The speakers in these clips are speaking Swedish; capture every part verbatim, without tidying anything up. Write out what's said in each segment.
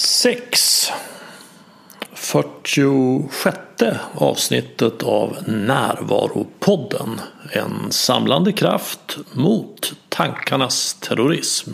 sex. fyrtiosjätte avsnittet av Närvaropodden. En samlande kraft mot tankarnas terrorism.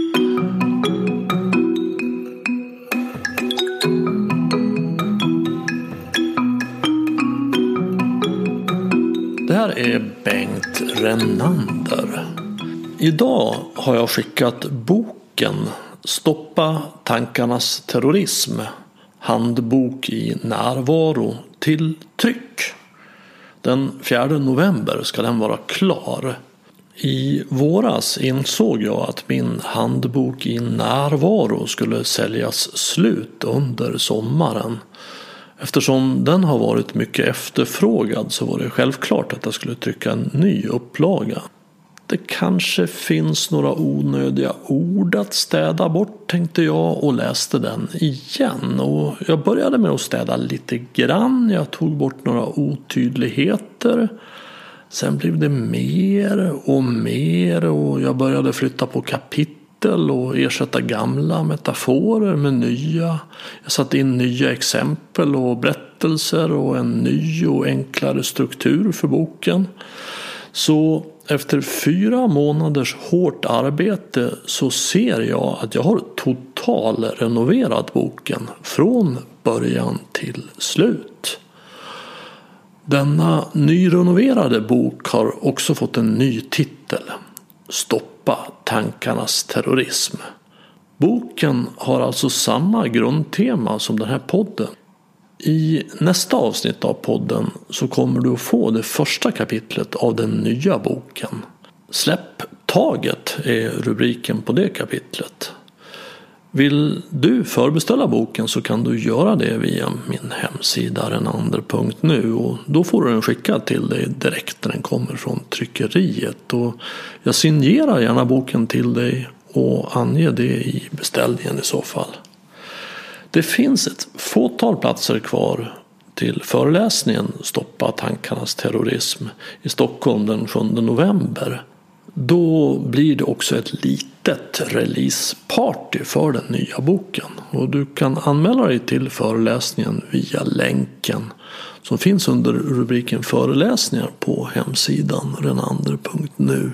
Det här är Bengt Renander. Idag har jag skickat boken Stoppa tankarnas terrorism. Handbok i närvaro till tryck. Den fjärde november ska den vara klar. I våras insåg jag att min handbok i närvaro skulle säljas slut under sommaren. Eftersom den har varit mycket efterfrågad så var det självklart att jag skulle trycka en ny upplaga. Det kanske finns några onödiga ord att städa bort, tänkte jag, och läste den igen. Och jag började med att städa lite grann. Jag tog bort några otydligheter. Sen blev det mer och mer och jag började flytta på kapitel och ersätta gamla metaforer med nya. Jag satte in nya exempel och berättelser och en ny och enklare struktur för boken. Så efter fyra månaders hårt arbete så ser jag att jag har total renoverat boken från början till slut. Denna nyrenoverade bok har också fått en ny titel. Stoppa tankarnas terrorism. Boken har alltså samma grundtema som den här podden. I nästa avsnitt av podden så kommer du att få det första kapitlet av den nya boken. Släpp taget är rubriken på det kapitlet. Vill du förbeställa boken så kan du göra det via min hemsida renander punkt nu och då får du den skickad till dig direkt när den kommer från tryckeriet. Och jag signerar gärna boken till dig och anger det i beställningen i så fall. Det finns ett fåtal platser kvar till föreläsningen Stoppa tankarnas terrorism i Stockholm den sjunde november. Då blir det också ett litet releaseparty för den nya boken. Och du kan anmäla dig till föreläsningen via länken som finns under rubriken föreläsningar på hemsidan renander punkt nu.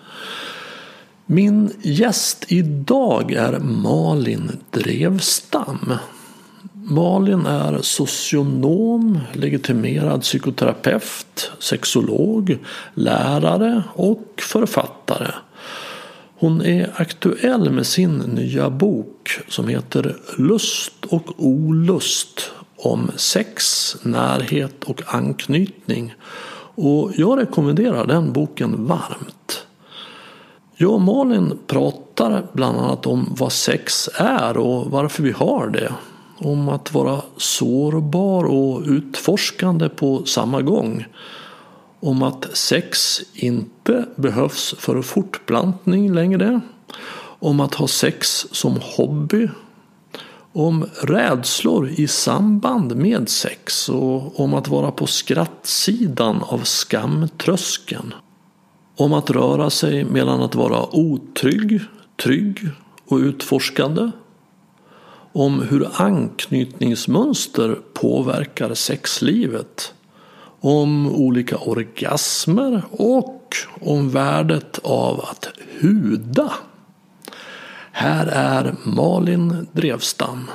Min gäst idag är Malin Drevstam. Malin är socionom, legitimerad psykoterapeut, sexolog, lärare och författare. Hon är aktuell med sin nya bok som heter Lust och olust om sex, närhet och anknytning. Och jag rekommenderar den boken varmt. Jag och Malin pratar bland annat om vad sex är och varför vi har det. Om att vara sårbar och utforskande på samma gång. Om att sex inte behövs för fortplantning längre. Om att ha sex som hobby. Om rädslor i samband med sex och om att vara på skrattsidan av skamtröskeln. Om att röra sig mellan att vara otrygg, trygg och utforskande. Om hur anknytningsmönster påverkar sexlivet. Om olika orgasmer och om värdet av att huda. Här är Malin Drevstam.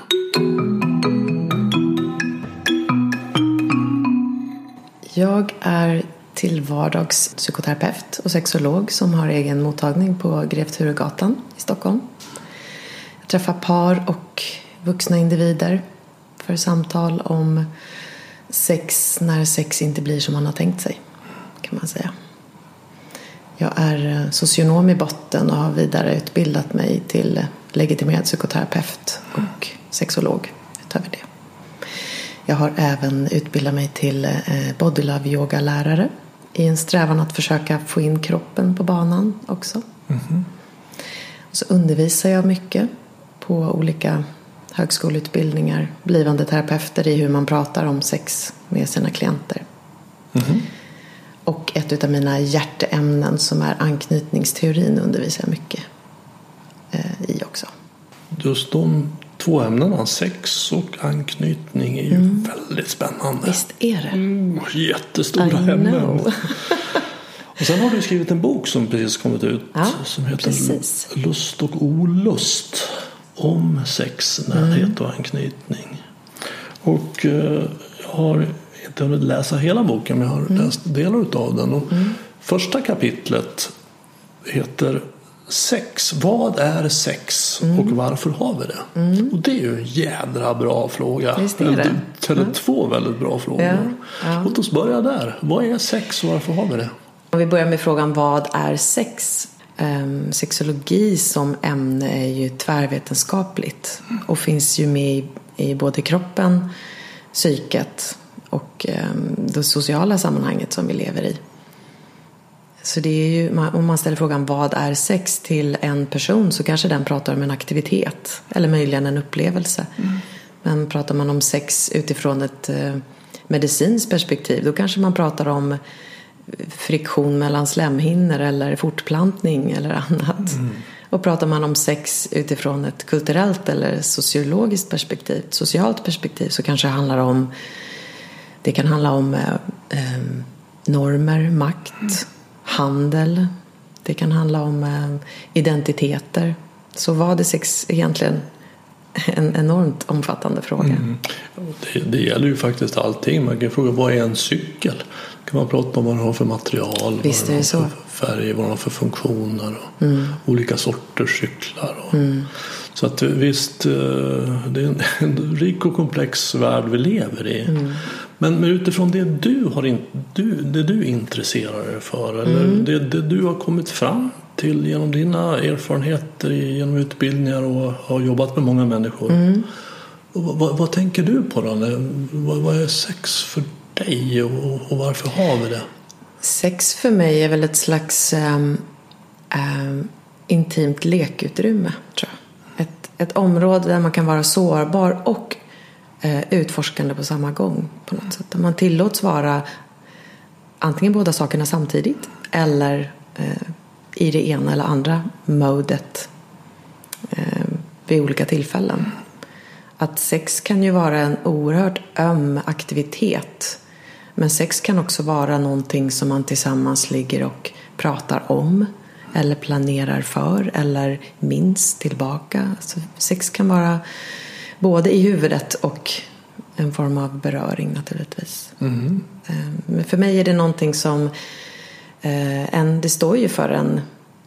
Jag är till vardags psykoterapeut och sexolog som har egen mottagning på Grev Turegatan i Stockholm. Jag träffar par och vuxna individer för samtal om sex när sex inte blir som man har tänkt sig, kan man säga. Jag är socionom i botten och har vidare utbildat mig till legitimerad psykoterapeut och sexolog utöver det. Jag har även utbildat mig till body love yoga lärare i en strävan att försöka få in kroppen på banan också. Mm-hmm. Och så undervisar jag mycket på olika högskoleutbildningar, blivande terapeuter i hur man pratar om sex med sina klienter. Mm-hmm. Och ett av mina hjärteämnen som är anknytningsteorin undervisar jag mycket eh, i också. Just de två ämnena, sex och anknytning, är ju mm. väldigt spännande. Visst är det. Mm, jättestora ämnen. Och sen har du skrivit en bok som precis kommit ut, ja, som heter precis. Lust och olust, om sex, närhet mm. och anknytning. Och eh, jag har inte hunnit läsa hela boken, men jag har mm. läst delar av den. Och mm. första kapitlet heter Sex. Vad är sex mm. och varför har vi det? Mm. Och det är ju en jädra bra fråga. Visst är det. Eller mm. två väldigt bra frågor. Ja. Ja. Låt oss börja där. Vad är sex och varför har vi det? Om vi börjar med frågan vad är sex? Um, sexologi som ämne är ju tvärvetenskapligt mm. och finns ju med i, i både kroppen, psyket och um, det sociala sammanhanget som vi lever i. Så det är ju, om man ställer frågan vad är sex till en person, så kanske den pratar om en aktivitet eller möjligen en upplevelse. Mm. Men pratar man om sex utifrån ett eh, medicinskt perspektiv, då kanske man pratar om friktion mellan slemhinnor eller fortplantning eller annat. Mm. Och pratar man om sex utifrån ett kulturellt eller sociologiskt perspektiv, ett socialt perspektiv, så kanske det handlar om det kan handla om eh, eh, normer, makt, mm. handel. Det kan handla om eh, identiteter. Så vad är sex egentligen? En enormt omfattande fråga. Mm. Det, det gäller ju faktiskt allting. Man kan fråga vad är en cykel? Kan man prata om vad man har för material, visst, vad man har så. för färg, vad man har för funktioner och mm. olika sorters cyklar. Och, mm. Så att visst, det är en, en rik och komplex värld vi lever i. Mm. Men, men utifrån det du, har in, du, det du intresserar dig för, eller mm. det, det du har kommit fram till genom dina erfarenheter, genom utbildningar och har jobbat med många människor. Mm. Vad, vad, vad tänker du på då? Vad, vad är sex för dig och, och varför har vi det? Sex för mig är väl ett slags um, um, intimt lekutrymme, tror jag. Ett, ett område där man kan vara sårbar och uh, utforskande på samma gång på något sätt. Där man tillåts vara antingen båda sakerna samtidigt eller uh, i det ena eller andra modet uh, vid olika tillfällen. Att sex kan ju vara en oerhört öm aktivitet. Men sex kan också vara någonting som man tillsammans ligger och pratar om. Eller planerar för. Eller minns tillbaka. Alltså sex kan vara både i huvudet och en form av beröring naturligtvis. Mm. Men för mig är det någonting som en, det står ju för en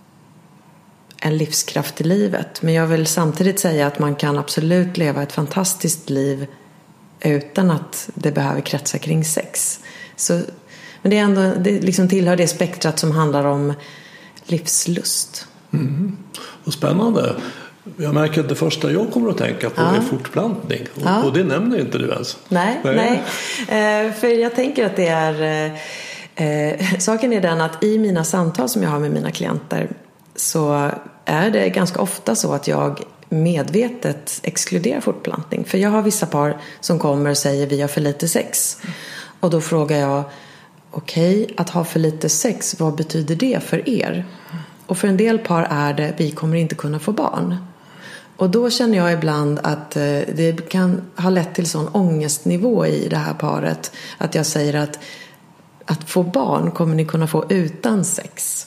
en livskraft i livet. Men jag vill samtidigt säga att man kan absolut leva ett fantastiskt liv utan att det behöver kretsa kring sex. Så, men det är ändå, det liksom tillhör det spektrat som handlar om livslust. Mm. Och spännande. Jag märker att det första jag kommer att tänka på ja. är fortplantning. Och, ja. och det nämner inte du ens. Nej, nej. nej. Eh, för jag tänker att det är eh, saken är den att i mina samtal som jag har med mina klienter, så är det ganska ofta så att jag medvetet exkluderar fortplantning. För jag har vissa par som kommer och säger vi har för lite sex. Och då frågar jag, okej, okay, att ha för lite sex, vad betyder det för er? Och för en del par är det, vi kommer inte kunna få barn. Och då känner jag ibland att det kan ha lett till sån ångestnivå i det här paret. Att jag säger att att få barn kommer ni kunna få utan sex.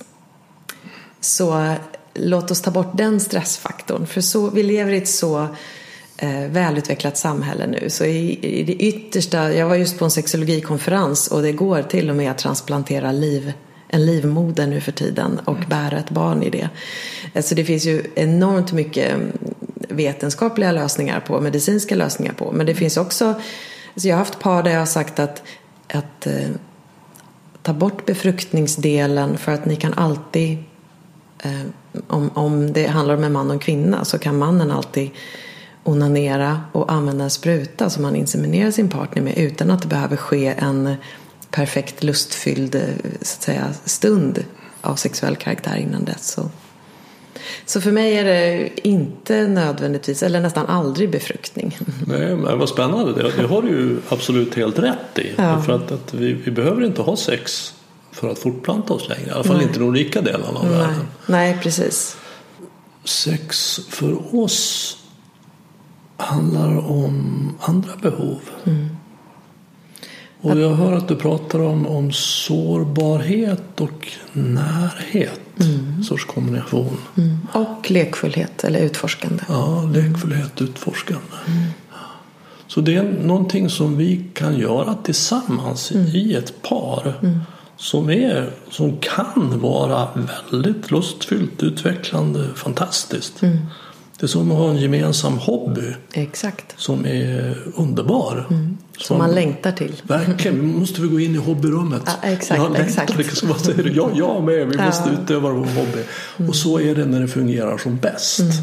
Så låt oss ta bort den stressfaktorn. För så, vi lever i ett så eh, välutvecklat samhälle nu. Så i, i det yttersta, jag var just på en sexologikonferens och det går till och med att transplantera liv, en livmoder nu för tiden och bära ett barn i det. Så det finns ju enormt mycket vetenskapliga lösningar på, medicinska lösningar på. Men det finns också, alltså jag har haft par där jag har sagt att, att eh, ta bort befruktningsdelen för att ni kan alltid eh, om, om det handlar om en man och en kvinna så kan mannen alltid onanera och använda en spruta som man inseminerar sin partner med utan att det behöver ske en perfekt lustfylld så att säga, stund av sexuell karaktär innan dess. Så. Så för mig är det inte nödvändigtvis eller nästan aldrig befruktning. Nej, men vad spännande. Det, det har du ju absolut helt rätt i. Ja. För att, att vi, vi behöver inte ha sex för att fortplanta oss längre. I alla fall Nej. inte de rika delarna av Nej. världen. Nej, precis. Sex för oss handlar om andra behov. Mm. Och jag hör att du pratar om, om sårbarhet och närhet. Mm. Sorts kombination. Mm. Och lekfullhet eller utforskande. Ja, lekfullhet, utforskande. Mm. Så det är någonting som vi kan göra tillsammans mm. i ett par. Mm. Som, är, som kan vara väldigt lustfyllt, utvecklande, fantastiskt. Mm. Det är som att ha en gemensam hobby. Exakt. Som är underbar. Mm. Som, som man längtar till. Verkligen, vi måste vi gå in i hobbyrummet. Ja, exakt, jag exakt. Liksom, vad säger du? Ja, jag med, vi måste ja. utöva vår hobby. Mm. Och så är det när det fungerar som bäst. Mm.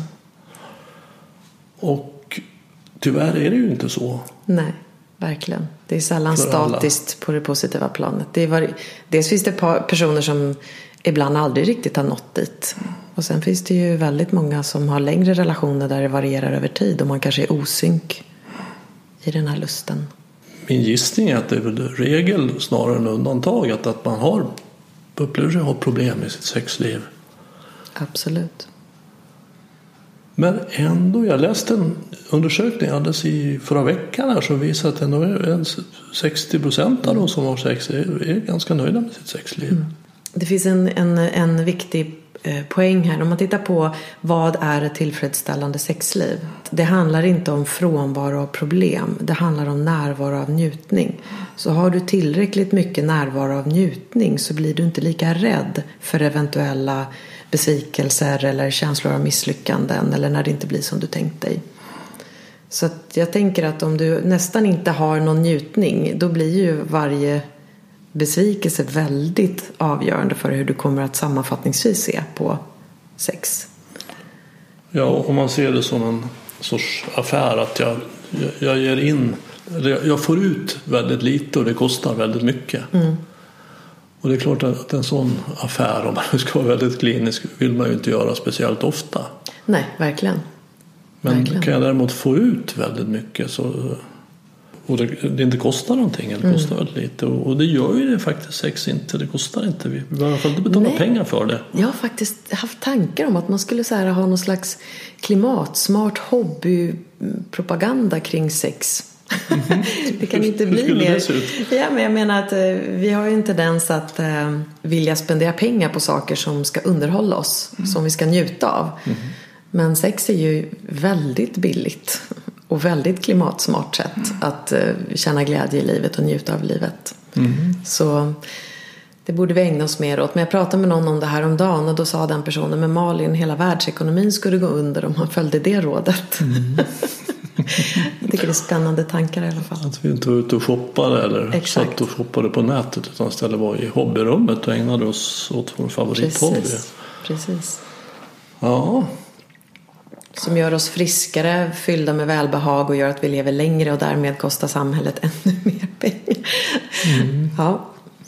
Och tyvärr är det ju inte så. Nej, verkligen. Det är sällan statiskt alla. På det positiva planet. Det är var, dels finns det personer som ibland aldrig riktigt har nått dit. Och sen finns det ju väldigt många som har längre relationer där det varierar över tid och man kanske är osynk i den här lusten. Min gissning är att det är väl regel snarare än undantag att, att man har upplever sig ha problem med sitt sexliv. Absolut. Men ändå, jag läste en undersökning alldeles i förra veckan här som visar att ändå är sextio procent av de som har sex är, är ganska nöjda med sitt sexliv. Mm. Det finns en, en, en viktig eh, poäng här. Om man tittar på vad är ett tillfredsställande sexliv. Det handlar inte om frånvaro av problem. Det handlar om närvaro av njutning. Så har du tillräckligt mycket närvaro av njutning så blir du inte lika rädd för eventuella besvikelser eller känslor av misslyckanden eller när det inte blir som du tänkt dig. Så att jag tänker att om du nästan inte har någon njutning då blir ju varje besvikelse väldigt avgörande för hur du kommer att sammanfattningsvis se på sex. Ja, om man ser det som en sorts affär att jag, jag, jag ger in, jag får ut väldigt lite och det kostar väldigt mycket. Mm. Och det är klart att en sån affär, om man ska vara väldigt klinisk, vill man ju inte göra speciellt ofta. Nej, verkligen. Men verkligen. Kan jag däremot få ut väldigt mycket så, och det, det inte kostar någonting, det kostar mm. väldigt lite. Och, och det gör ju det faktiskt sex inte, det kostar inte. Vi behöver inte betala Nej. pengar för det. Jag har faktiskt haft tankar om att man skulle så här, ha någon slags klimatsmart hobbypropaganda kring sex. Mm-hmm. Det kan inte bli mer. Ja, men jag menar att eh, vi har ju en tendens att eh, vilja spendera pengar på saker som ska underhålla oss, mm. som vi ska njuta av. Mm. Men sex är ju väldigt billigt och väldigt klimatsmart sätt mm. att eh, känna glädje i livet och njuta av livet. Mm. Så det borde vi ägna oss mer åt. Men jag pratade med någon om det här om dagen och då sa den personen med Malin, hela världsekonomin skulle gå under om man följde det rådet. Mm. Jag tycker det är spännande tankar i alla fall. Att vi inte var ute och shoppade eller Exakt. satt och shoppade på nätet utan istället var i hobbyrummet och ägnade oss åt vår favorithobby. Precis. Precis. Ja. Som gör oss friskare, fyllda med välbehag och gör att vi lever längre och därmed kostar samhället ännu mer pengar. Mm. Ja.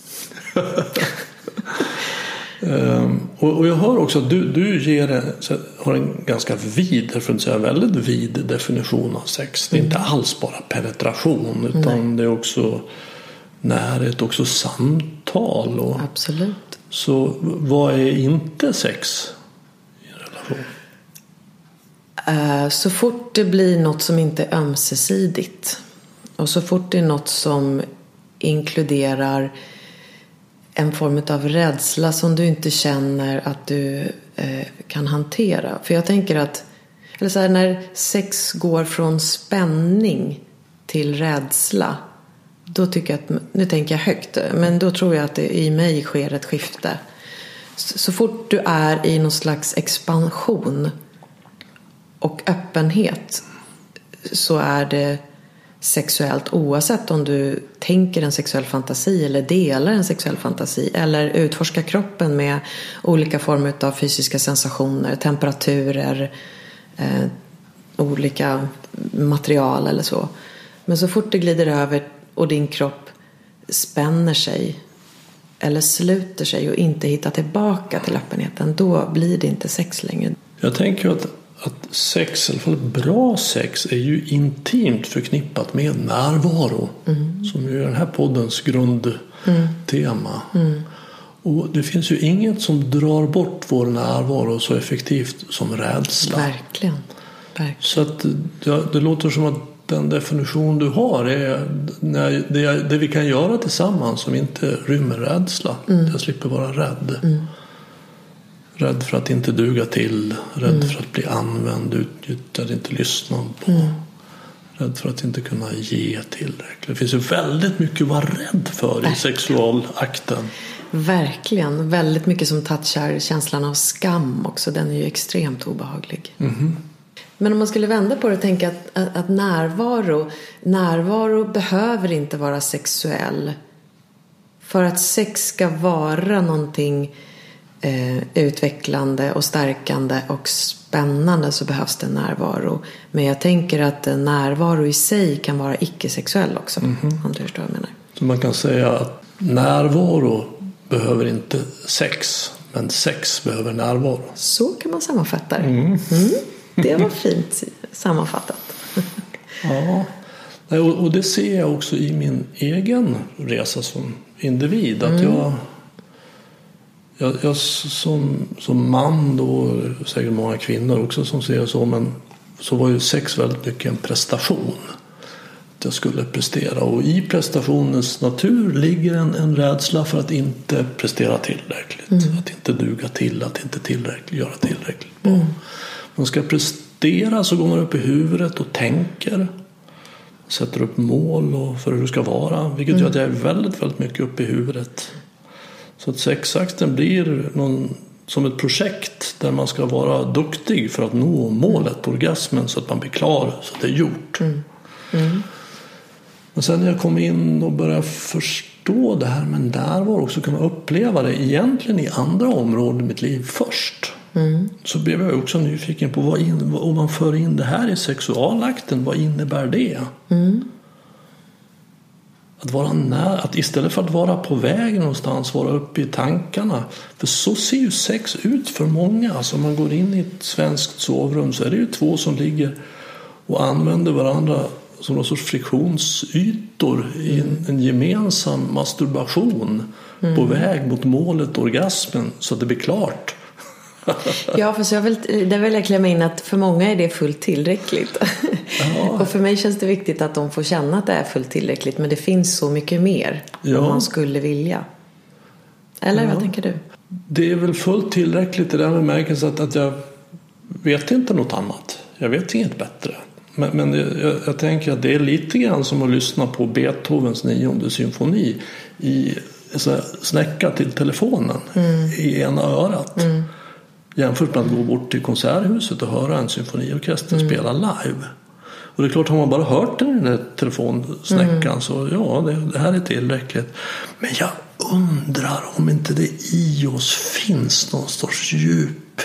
Um, och, och jag hör också att du, du ger, har en ganska vid, för att inte säga väldigt vid definition av sex. Det är mm. inte alls bara penetration utan Nej. det är också närhet, också samtal. Och, Absolut. Så vad är inte sex i en relation? Uh, så fort det blir något som inte är ömsesidigt och så fort det är något som inkluderar en form av rädsla som du inte känner att du eh, kan hantera. För jag tänker att eller så här, när sex går från spänning till rädsla, då tycker jag att, nu tänker jag högt, men då tror jag att det i mig sker ett skifte. Så, så fort du är i någon slags expansion och öppenhet så är det sexuellt, oavsett om du tänker en sexuell fantasi eller delar en sexuell fantasi eller utforskar kroppen med olika former av fysiska sensationer, temperaturer, eh, olika material eller så. Men så fort det glider över och din kropp spänner sig eller sluter sig och inte hittar tillbaka till öppenheten, då blir det inte sex längre. Jag tänker att att sex, i alla fall bra sex, är ju intimt förknippat med närvaro. Mm. Som är den här poddens grundtema. Mm. Mm. Och det finns ju inget som drar bort vår närvaro så effektivt som rädsla. Verkligen. Verkligen. Så att det, det låter som att den definition du har är när det, det vi kan göra tillsammans som inte rymmer rädsla. Mm. Jag slipper vara rädd. Mm. Rädd för att inte duga till. Rädd mm. för att bli använd, utnyttjad, inte lyssna på. Mm. Rädd för att inte kunna ge tillräckligt. Det finns ju väldigt mycket att vara rädd för Verkligen. I sexualakten. Verkligen. Väldigt mycket som touchar känslan av skam också. Den är ju extremt obehaglig. Mm. Men om man skulle vända på det och tänka att, att, att närvaro, närvaro behöver inte vara sexuell. För att sex ska vara någonting eh, utvecklande och stärkande och spännande så behövs det närvaro. Men jag tänker att närvaro i sig kan vara icke-sexuell också. Mm-hmm. Om du förstår vad jag menar. Så man kan säga att närvaro behöver inte sex, men sex behöver närvaro. Så kan man sammanfatta det. Mm. Mm. Det var fint sammanfattat. Ja, och det ser jag också i min egen resa som individ. Att mm. jag, jag, jag som, som man då, säkert många kvinnor också som ser det så, men så var ju sex väldigt mycket en prestation. Att jag skulle prestera, och i prestationens natur ligger en, en rädsla för att inte prestera tillräckligt. Mm. Att inte duga till, att inte tillräckligt, göra tillräckligt bra. Mm. Man ska prestera, så går man upp i huvudet och tänker. Sätter upp mål och för hur det ska vara. Vilket mm. gör att jag är väldigt, väldigt mycket upp i huvudet. Så att sexakten blir någon, som ett projekt där man ska vara duktig för att nå målet på orgasmen. Så att man blir klar, så att det är gjort. Mm. Mm. Men sen när jag kom in och började förstå det här med närvaro också, kunna uppleva det egentligen i andra områden i mitt liv först. Mm. Så blev jag också nyfiken på vad in, om man för in det här i sexualakten, vad innebär det? Mm. Att vara nära, att istället för att vara på väg någonstans, vara uppe i tankarna. För så ser ju sex ut för många. Alltså om man går in i ett svenskt sovrum så är det ju två som ligger och använder varandra som någon sorts friktionsytor i en, en gemensam masturbation mm. på väg mot målet, orgasmen, så att det blir klart. Ja, för jag vill, det vill jag klämma in att för många är det fullt tillräckligt. Ja. Och för mig känns det viktigt att de får känna att det är fullt tillräckligt. Men det finns så mycket mer ja. Om man skulle vilja. Eller ja. Vad tänker du? Det är väl fullt tillräckligt i den bemärkelsen att, att jag vet inte något annat. Jag vet inget bättre. Men, men jag, jag tänker att det är lite grann som att lyssna på Beethovens nionde symfoni i så här, snäcka till telefonen mm. i ena örat. Mm. Jämfört med att gå bort till konserthuset och höra en symfoniorkester mm. spela live. Och det är klart, har man bara hört den i den där telefonsnäckan mm. så ja, det, det här är tillräckligt. Men jag undrar om inte det i oss finns någon sorts djup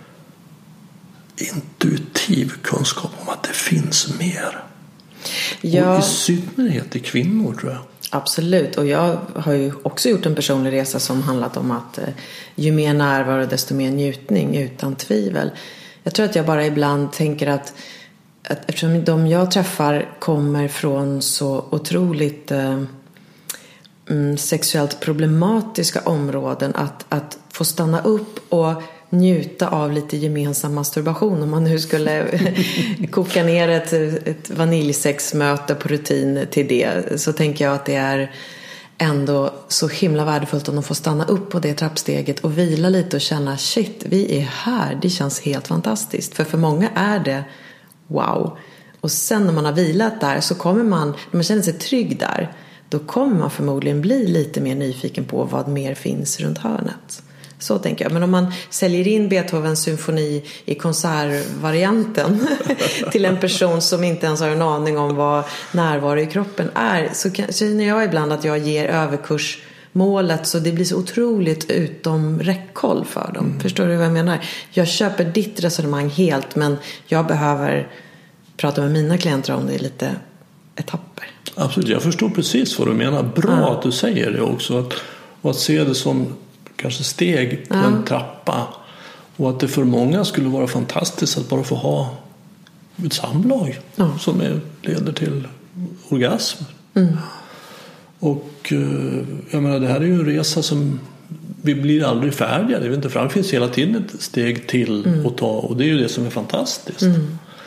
intuitiv kunskap om att det finns mer. Ja. Och i synnerhet i kvinnor, tror jag. Absolut, och jag har ju också gjort en personlig resa som handlat om att eh, ju mer närvaro desto mer njutning, utan tvivel. Jag tror att jag bara ibland tänker att, att eftersom de jag träffar kommer från så otroligt eh, mm, sexuellt problematiska områden, att, att få stanna upp och njuta av lite gemensam masturbation, om man nu skulle koka ner ett, ett vaniljsexmöte på rutin till det, så tänker jag att det är ändå så himla värdefullt om de får stanna upp på det trappsteget och vila lite och känna shit, vi är här, det känns helt fantastiskt. För för många är det wow. Och sen när man har vilat där så kommer man, när man känner sig trygg där, då kommer man förmodligen bli lite mer nyfiken på vad mer finns runt hörnet. Så tänker jag. Men om man säljer in Beethovens symfoni i konsertvarianten till en person som inte ens har en aning om vad närvaro i kroppen är, så känner jag ibland att jag ger överkursmålet så det blir så otroligt utom räckhåll för dem. Mm. Förstår du vad jag menar? Jag köper ditt resonemang helt, men jag behöver prata med mina klienter om det i lite etapper. Absolut, jag förstår precis vad du menar. Bra ja. Att du säger det också. Att, och att se det som kanske steg på ja. En trappa. Och att det för många skulle vara fantastiskt att bara få ha ett samlag ja. Som är, leder till orgasm. Mm. Och jag menar, det här är ju en resa som vi blir aldrig färdiga. Det är inte fram, det finns hela tiden ett steg till mm. att ta. Och det är ju det som är fantastiskt. Mm.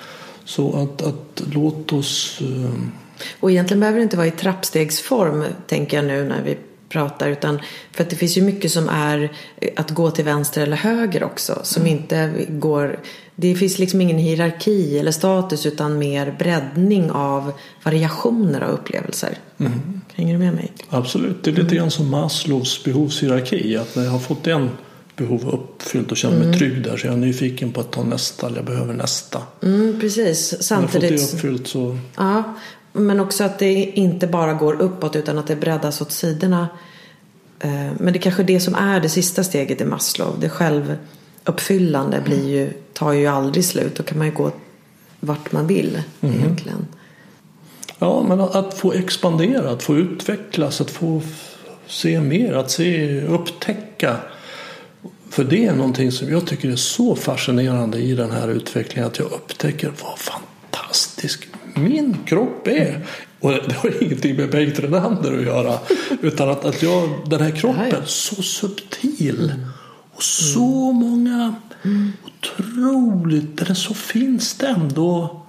Så att, att låt oss... Uh... Och egentligen behöver det inte vara i trappstegsform, tänker jag nu när vi pratar, utan för att det finns ju mycket som är att gå till vänster eller höger också, som mm. inte går... Det finns liksom ingen hierarki eller status, utan mer breddning av variationer av upplevelser. Mm. Hänger du med mig? Absolut, det är lite mm. grann som Maslows behovshierarki, att när jag har fått en behov uppfyllt och känner mig mm. trygg där, så är jag nyfiken på att ta nästa, eller jag behöver nästa. Mm, precis. Samtidigt... När jag fått det uppfyllt så... Ja, men också att det inte bara går uppåt, utan att det breddas åt sidorna. Men det är kanske det som är det sista steget i Maslow. Det självuppfyllande blir ju, tar ju aldrig slut. Då kan man ju gå vart man vill mm. egentligen. Ja, men att få expandera, att få utvecklas, att få se mer, att se, upptäcka. För det är någonting som jag tycker är så fascinerande i den här utvecklingen, att jag upptäcker vad fantastisk min kropp är. Och det har ingenting med Bengt Renander att göra, utan att, att jag, den här kroppen är så subtil och så många otroligt, den är så finstämd och,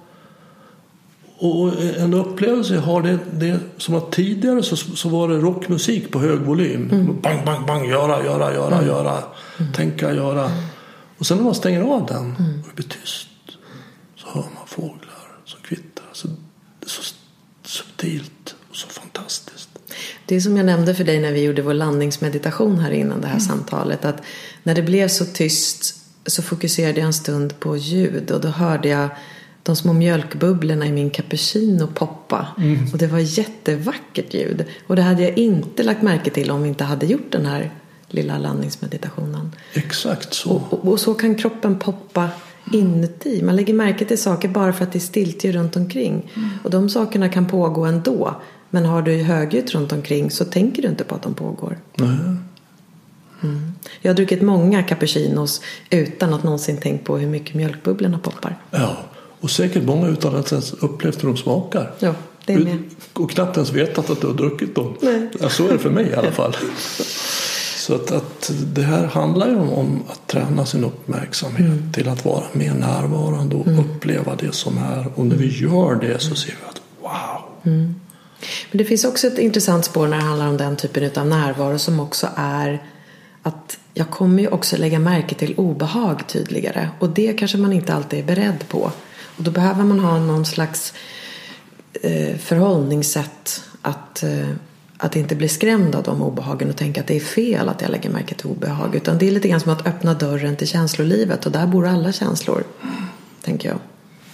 och en upplevelse jag har det, det som att tidigare så, så var det rockmusik på hög volym. Mm. Bang, bang, bang, göra, göra, göra, mm. göra, mm. tänka, göra. Och sen när man stänger av den mm. och det blir tyst, så hör man fåglar som kvittrar. Så det är så subtilt och så fantastiskt. Det är som jag nämnde för dig när vi gjorde vår landningsmeditation här innan det här mm. samtalet, att när det blev så tyst så fokuserade jag en stund på ljud, och då hörde jag de små mjölkbubblorna i min cappuccino poppa. Mm. Och det var jättevackert ljud. Och det hade jag inte lagt märke till om vi inte hade gjort den här lilla landningsmeditationen. Exakt så. Och, och, och så kan kroppen poppa inuti. Man lägger märke till saker bara för att det är stiltje runt omkring. Mm. Och de sakerna kan pågå ändå. Men har du högljutt runt omkring så tänker du inte på att de pågår. Mm. Mm. Jag har druckit många cappuccinos utan att någonsin tänkt på hur mycket mjölkbubblorna poppar. Ja, och säkert många utan att ens upplevt hur de smakar. Ja, det är med. Och knappt ens vetat att du har druckit dem. Nej. Ja, så är det för mig i alla fall. Så att, att det här handlar ju om, om att träna sin uppmärksamhet mm. till att vara mer närvarande och mm. uppleva det som är. Och när vi gör det så ser vi att wow. Mm. Men det finns också ett intressant spår när det handlar om den typen av närvaro, som också är att jag kommer ju också lägga märke till obehag tydligare. Och det kanske man inte alltid är beredd på. Och då behöver man ha någon slags eh, förhållningssätt att... Eh, Att inte bli skrämd av de obehagen och tänka att det är fel att jag lägger märke till obehag. Utan det är lite grann som att öppna dörren till känslolivet. Och där bor alla känslor, tänker jag.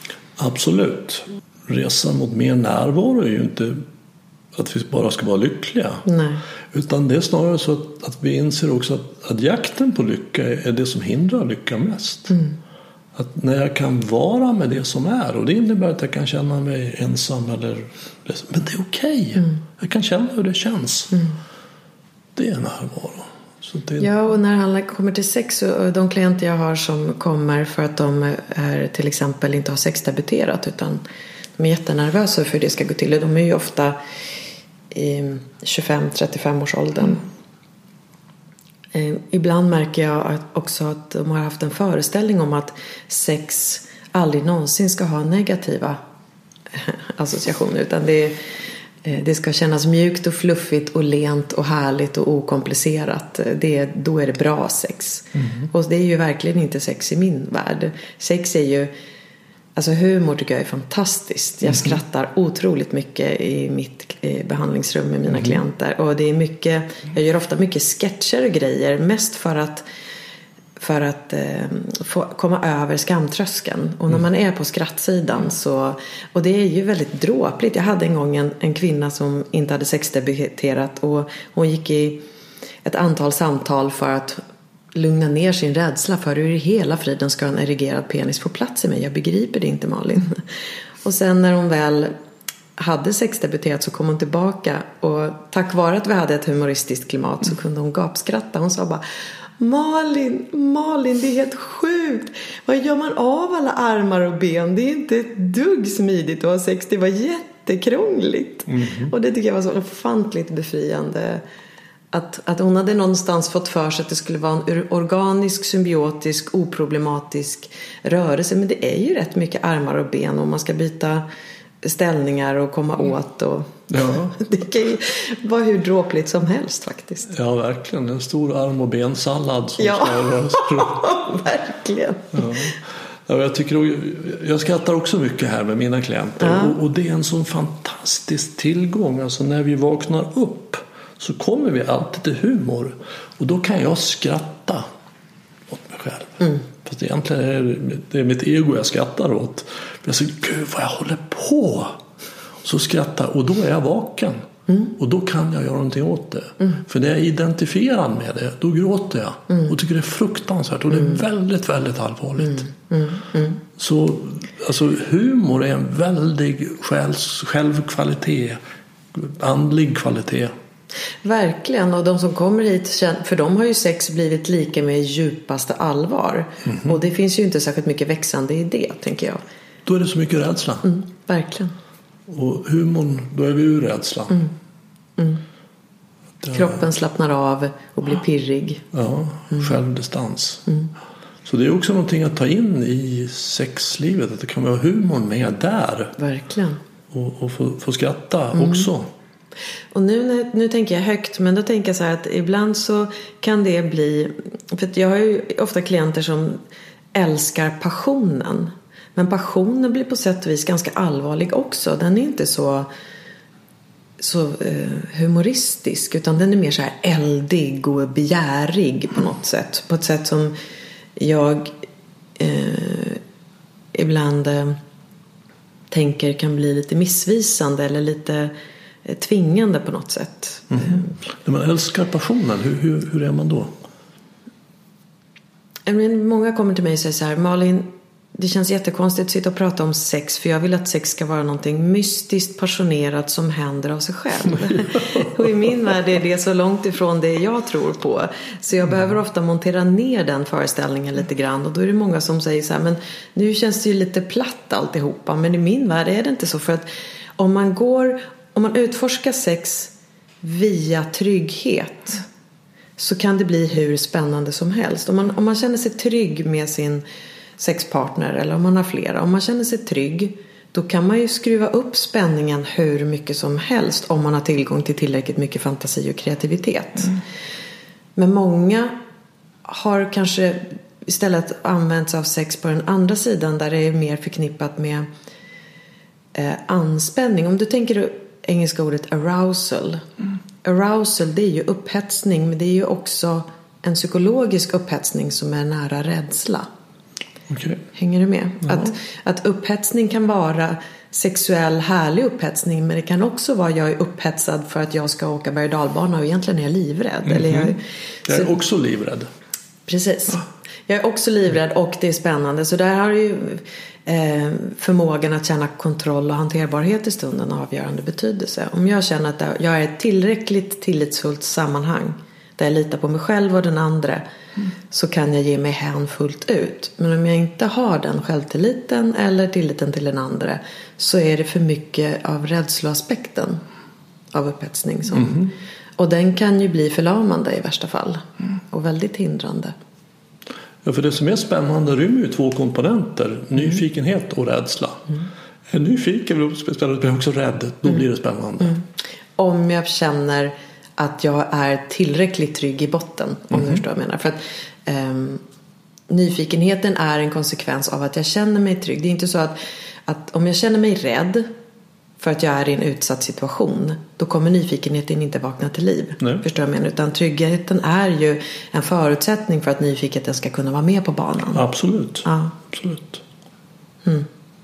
Absolut. Resan mot mer närvaro är ju inte att vi bara ska vara lyckliga. Nej. Utan det är snarare så att, att vi inser också att, att jakten på lycka är det som hindrar lycka mest. Mm. Att när jag kan vara med det som är, och det innebär att jag kan känna mig ensam eller, men det är okej. Mm. Jag kan känna hur det känns. Mm. Det är närvaro. Så det... Ja, och när det kommer till sex, och de klienter jag har som kommer för att de är till exempel inte har sexdebuterat, utan de är jättenervösa för hur det ska gå till. De är ju ofta i tjugofem till trettiofem års åldern. Mm. Ibland märker jag också att de har haft en föreställning om att sex aldrig någonsin ska ha negativa associationer, utan det, det ska kännas mjukt och fluffigt och lent och härligt och okomplicerat. Det, då är det bra sex. Mm. Och det är ju verkligen inte sex i min värld. Sex är ju, alltså humor tycker jag är fantastiskt. Jag mm. skrattar otroligt mycket i mitt behandlingsrum med mina mm. klienter. Och det är mycket, jag gör ofta mycket sketcher och grejer. Mest för att, för att eh, få komma över skamtröskeln. Och när man är på skrattsidan så... Och det är ju väldigt dråpligt. Jag hade en gång en, en kvinna som inte hade sexdebuterat. Och hon gick i ett antal samtal för att lugna ner sin rädsla för hur i hela friden ska en erigerad penis få plats i mig. Jag begriper det inte, Malin. Och sen när hon väl hade sexdebuterat så kom hon tillbaka, och tack vare att vi hade ett humoristiskt klimat så kunde hon gapskratta. Hon sa bara: Malin, Malin, det är helt sjukt. Vad gör man av alla armar och ben? Det är inte ett dugg smidigt att ha sex. Det var jättekrångligt. Mm-hmm. Och det tycker jag var så ofantligt befriande Att, att hon hade någonstans fått för sig att det skulle vara en organisk, symbiotisk, oproblematisk rörelse. Men det är ju rätt mycket armar och ben och man ska byta ställningar och komma åt. Och Ja. Det kan ju vara hur dråpligt som helst faktiskt. Ja, verkligen. En stor arm- och bensallad som Ja. ska röras. Verkligen. Ja. Ja, jag, tycker, jag skrattar också mycket här med mina klienter. Ja. Och, och det är en sån fantastisk tillgång. Alltså när vi vaknar upp så kommer vi alltid till humor. Och då kan jag skratta åt mig själv. Mm. Fast egentligen är det, det är mitt ego jag skrattar åt. Jag säger, gud vad jag håller på. Så skrattar, och då är jag vaken. Mm. Och då kan jag göra någonting åt det. Mm. För när jag identifierar med det, då gråter jag. Mm. Och tycker det är fruktansvärt. Och det är mm. väldigt, väldigt allvarligt. Mm. Mm. Mm. Så alltså, humor är en väldig själs, självkvalitet. Andlig kvalitet. Verkligen, och de som kommer hit, för de har ju sex blivit lika med djupaste allvar. Mm. Och det finns ju inte särskilt mycket växande i det, tänker jag. Då är det så mycket rädsla. Mm. Verkligen. Och humorn, då är vi ur rädslan. Mm. Mm. Det... Kroppen slappnar av och blir pirrig. Ja, mm. självdistans. Mm. Så det är också någonting att ta in i sexlivet. Att det kan vara humorn med där. Verkligen. Och, och få, få skratta mm. också. Och nu, nu tänker jag högt, men då tänker jag så här att ibland så kan det bli... För att jag har ju ofta klienter som älskar passionen. Men passionen blir på sätt och vis ganska allvarlig också. Den är inte så, så eh, humoristisk, utan den är mer så här eldig och begärig på något sätt. På ett sätt som jag eh, ibland eh, tänker kan bli lite missvisande eller lite eh, tvingande på något sätt. Mm. När man älskar passionen, hur, hur, hur är man då? Jag menar, många kommer till mig och säger så här: Malin, det känns jättekonstigt att sitta och prata om sex, för jag vill att sex ska vara någonting mystiskt, passionerat som händer av sig själv. Och i min värld är det så långt ifrån det jag tror på. Så jag mm. behöver ofta montera ner den föreställningen lite grann. Och då är det många som säger så här: men nu känns det ju lite platt alltihopa. Men i min värld är det inte så. För att om man går, om man utforskar sex via trygghet, så kan det bli hur spännande som helst. Om man, om man känner sig trygg med sin sexpartner, eller om man har flera, om man känner sig trygg, då kan man ju skruva upp spänningen hur mycket som helst om man har tillgång till tillräckligt mycket fantasi och kreativitet. Mm. Men många har kanske istället använt sig av sex på den andra sidan, där det är mer förknippat med eh, anspänning. Om du tänker engelska ordet arousal. Mm. Arousal, det är ju upphetsning, men det är ju också en psykologisk upphetsning som är nära rädsla. Okay. Hänger du med? Ja. Att, att upphetsning kan vara sexuell härlig upphetsning, men det kan också vara jag är upphetsad för att jag ska åka berg- och dalbana och egentligen är jag livrädd. Mm-hmm. Eller jag, jag är så, också livrädd. Precis. Ja. Jag är också livrädd och det är spännande. Så där har ju eh, förmågan att känna kontroll och hanterbarhet i stunden avgörande betydelse. Om jag känner att jag är ett tillräckligt tillitsfullt sammanhang där jag litar på mig själv och den andra, mm. så kan jag ge mig hän fullt ut. Men om jag inte har den självtilliten eller tilliten till den andra, så är det för mycket av rädsloaspekten av upphetsning som, mm. och den kan ju bli förlamande i värsta fall, mm. och väldigt hindrande. Ja, för det som är spännande rymmer ju två komponenter, mm. nyfikenhet och rädsla. Mm. Är nyfiken blir också rädd, då mm. blir det spännande. Mm. Om jag känner att jag är tillräckligt trygg i botten, om mm. du förstår vad jag menar. För att um, nyfikenheten är en konsekvens av att jag känner mig trygg. Det är inte så att, att om jag känner mig rädd för att jag är i en utsatt situation, då kommer nyfikenheten inte vakna till liv. Nej. Förstår jag menar? Utan tryggheten är ju en förutsättning för att nyfikenheten ska kunna vara med på banan. Absolut. Ja. Absolut. Mm.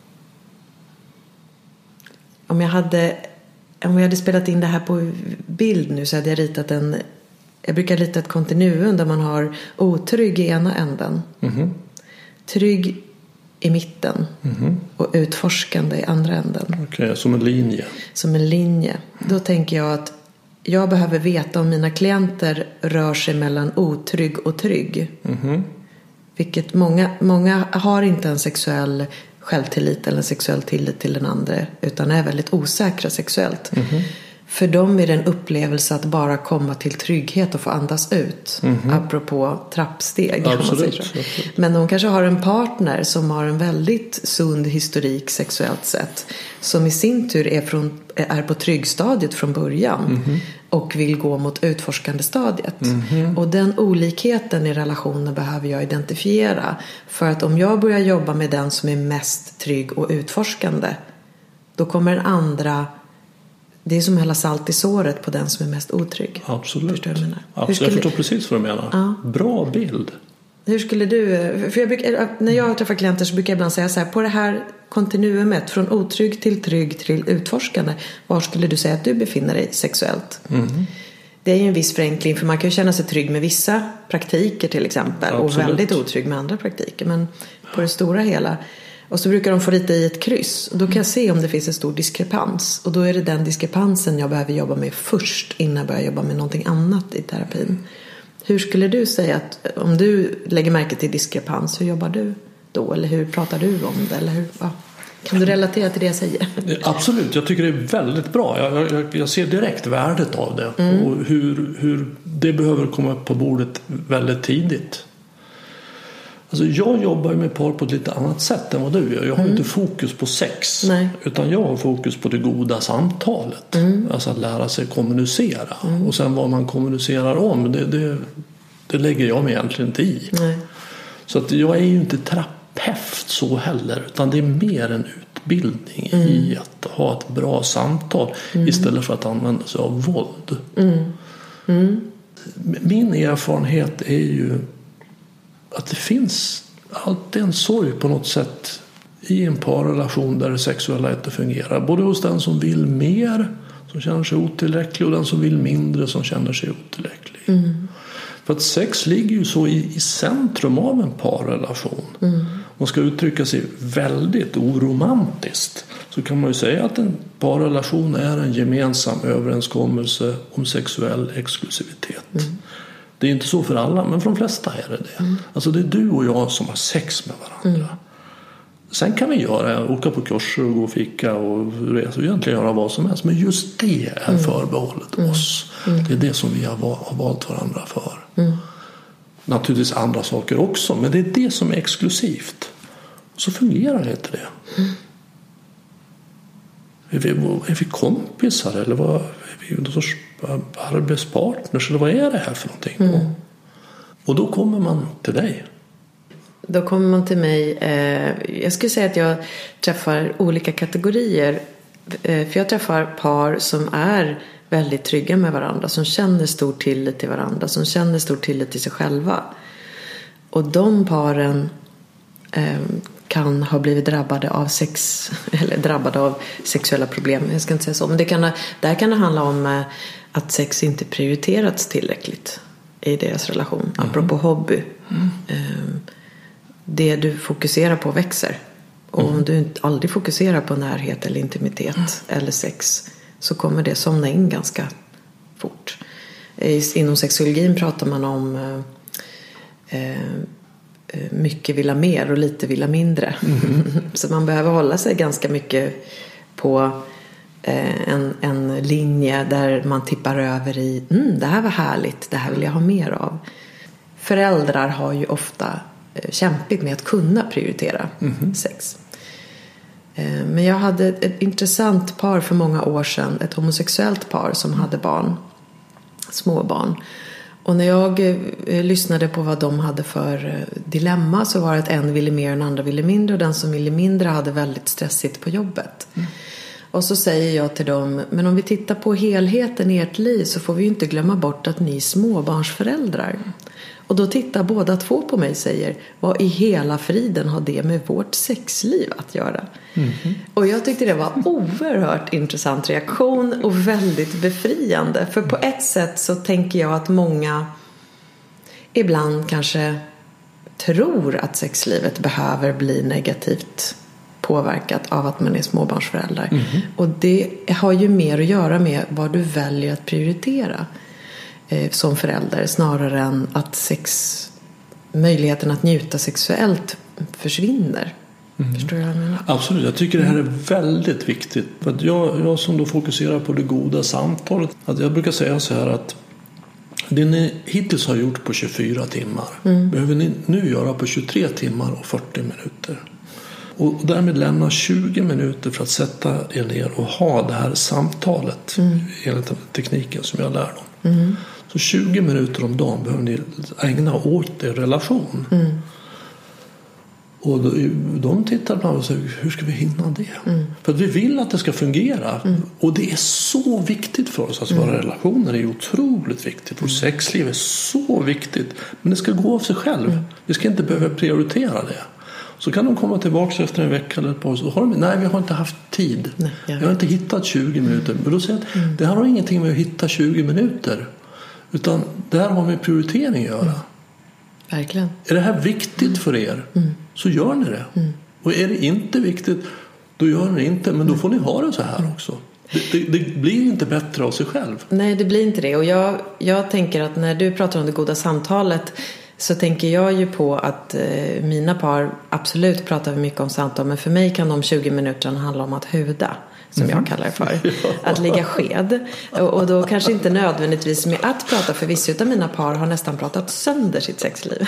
Om jag hade Om jag hade spelat in det här på bild nu, så hade jag ritat en... Jag brukar rita ett kontinuum där man har otrygg i ena änden. Mm-hmm. Trygg i mitten. Mm-hmm. Och utforskande i andra änden. Okej, okay, som en linje. Som en linje. Då tänker jag att jag behöver veta om mina klienter rör sig mellan otrygg och trygg. Mm-hmm. Vilket många, många har inte en sexuell självtillit eller en sexuell tillit till den andra, utan är väldigt osäkra sexuellt. Mm-hmm. för dem är det en upplevelse att bara komma till trygghet och få andas ut. Mm-hmm. Apropå trappsteg. Absolut, man säger så. absolut. Men de kanske har en partner som har en väldigt sund historik sexuellt sett. Som i sin tur är, från, är på tryggstadiet från början. Mm-hmm. Och vill gå mot utforskande stadiet. Mm-hmm. Och den olikheten i relationen behöver jag identifiera. För att om jag börjar jobba med den som är mest trygg och utforskande. Då kommer den andra... Det är som hela salt i såret på den som är mest otrygg. Absolut. Förstår du vad jag menar? Absolut. Skulle... Jag förstår precis vad du menar. Ja. Bra bild. Hur skulle du... För jag brukar, när jag träffar klienter så brukar jag ibland säga så här. På det här kontinuumet från otrygg till trygg till utforskande. Var skulle du säga att du befinner dig sexuellt? Mm. Det är ju en viss förenkling. För man kan ju känna sig trygg med vissa praktiker till exempel. Absolut. Och väldigt otrygg med andra praktiker. Men på det stora hela... Och så brukar de få rita i ett kryss. Och då kan jag se om det finns en stor diskrepans. Och då är det den diskrepansen jag behöver jobba med först. Innan jag börjar jobba med någonting annat i terapin. Hur skulle du säga att om du lägger märke till diskrepans. Hur jobbar du då? Eller hur pratar du om det? Eller hur, ja. Kan du relatera till det jag säger? Absolut, jag tycker det är väldigt bra. Jag, jag, jag ser direkt värdet av det. Mm. Och hur, hur det behöver komma upp på bordet väldigt tidigt. Alltså jag jobbar med par på ett lite annat sätt än vad du gör. Jag har mm. inte fokus på sex. Nej. Utan jag har fokus på det goda samtalet. Mm. Alltså att lära sig kommunicera. Mm. Och sen vad man kommunicerar om, det, det, det lägger jag mig egentligen inte i. Nej. Så att jag är ju inte terapeut så heller. Utan det är mer en utbildning mm. i att ha ett bra samtal. Mm. Istället för att använda sig av våld. Mm. Mm. Min erfarenhet är ju att det finns alltid en sorg på något sätt i en parrelation där det sexuella inte fungerar. Både hos den som vill mer, som känner sig otillräcklig, och den som vill mindre, som känner sig otillräcklig. Mm. För att sex ligger ju så i, i centrum av en parrelation. Mm. Man ska uttrycka sig väldigt oromantiskt. Så kan man ju säga att en parrelation är en gemensam överenskommelse om sexuell exklusivitet. Mm. Det är inte så för alla, men för de flesta är det det. Mm. Alltså det är du och jag som har sex med varandra. Mm. Sen kan vi göra, åka på kurser och gå och fika och resa och egentligen göra vad som helst. Men just det är mm. förbehållet mm. oss. Mm. Det är det som vi har valt varandra för. Mm. Naturligtvis andra saker också, men det är det som är exklusivt. Så fungerar det inte det. Mm. Är vi, är vi kompisar eller vad, är vi någon sorts arbetspartners eller vad är det här för någonting? Mm. Och då kommer man till dig. Då kommer man till mig. Eh, jag skulle säga att jag träffar olika kategorier. Eh, för jag träffar par som är väldigt trygga med varandra. Som känner stor tillit till varandra. Som känner stor tillit till sig själva. Och de paren eh, kan ha blivit drabbade av sex. Eller drabbade av sexuella problem. Jag ska inte säga så. Men det kan, där kan det handla om eh, att sex inte prioriterats tillräckligt i deras relation. Mm. Apropå hobby. Mm. Eh, Det du fokuserar på växer. Och mm. om du inte aldrig fokuserar på närhet eller intimitet mm. eller sex, så kommer det somna in ganska fort. Inom sexologin pratar man om eh, mycket vill ha mer och lite vill ha mindre. Mm. Så man behöver hålla sig ganska mycket på eh, en, en linje där man tippar över i mm, det här var härligt, det här vill jag ha mer av. Föräldrar har ju ofta kämpigt med att kunna prioritera mm-hmm. sex. Men jag hade ett intressant par för många år sedan. Ett homosexuellt par som mm. hade barn. Små barn. Och när jag eh, lyssnade på vad de hade för dilemma, så var det att en ville mer och den andra ville mindre. Och den som ville mindre hade väldigt stressigt på jobbet. Mm. Och så säger jag till dem, men om vi tittar på helheten i ert liv, så får vi ju inte glömma bort att ni är småbarnsföräldrar. Och då tittar båda två på mig och säger, vad i hela friden har det med vårt sexliv att göra? Mm-hmm. Och jag tyckte det var oerhört intressant reaktion och väldigt befriande. För på ett sätt så tänker jag att många ibland kanske tror att sexlivet behöver bli negativt påverkat av att man är småbarnsföräldrar. Mm-hmm. Och det har ju mer att göra med vad du väljer att prioritera som förälder, snarare än att sex, möjligheten att njuta sexuellt försvinner. Mm. Förstår jag vad jag menar? Absolut, jag tycker det här är väldigt viktigt. För att jag, jag som då fokuserar på det goda samtalet, att jag brukar säga så här att det ni hittills har gjort på tjugofyra timmar mm. behöver ni nu göra på tjugotre timmar och fyrtio minuter. Och därmed lämna tjugo minuter för att sätta er ner och ha det här samtalet mm. enligt den tekniken som jag lär dem. Mm. Så tjugo minuter om dagen behöver ni ägna åt er relation. Mm. Och de tittar på och säger, hur ska vi hinna det? Mm. För att vi vill att det ska fungera. Mm. Och det är så viktigt för oss. Alltså mm. våra relationer är otroligt viktigt. Vårt sexliv är så viktigt. Men det ska gå av sig själv. Mm. Vi ska inte behöva prioritera det. Så kan de komma tillbaka efter en vecka eller ett par år. Så har de, nej, vi har inte haft tid. Nej, jag, jag har inte hittat tjugo minuter. Men då säger jag att mm. det här har ingenting med att hitta tjugo minuter. Utan det här har med prioritering att göra. Mm. Verkligen. Är det här viktigt för er mm. så gör ni det. Mm. Och är det inte viktigt då gör ni det inte. Men då får ni ha det så här också. Det, det, det blir inte bättre av sig själv. Nej, det blir inte det. Och jag, jag tänker att när du pratar om det goda samtalet så tänker jag ju på att eh, mina par absolut pratar mycket om samtal. Men för mig kan de tjugo minuterna handla om att huda. Som jag kallar det för. Ja. Att ligga sked. Och, och då kanske inte nödvändigtvis med att prata. För vissa av mina par har nästan pratat sönder sitt sexliv.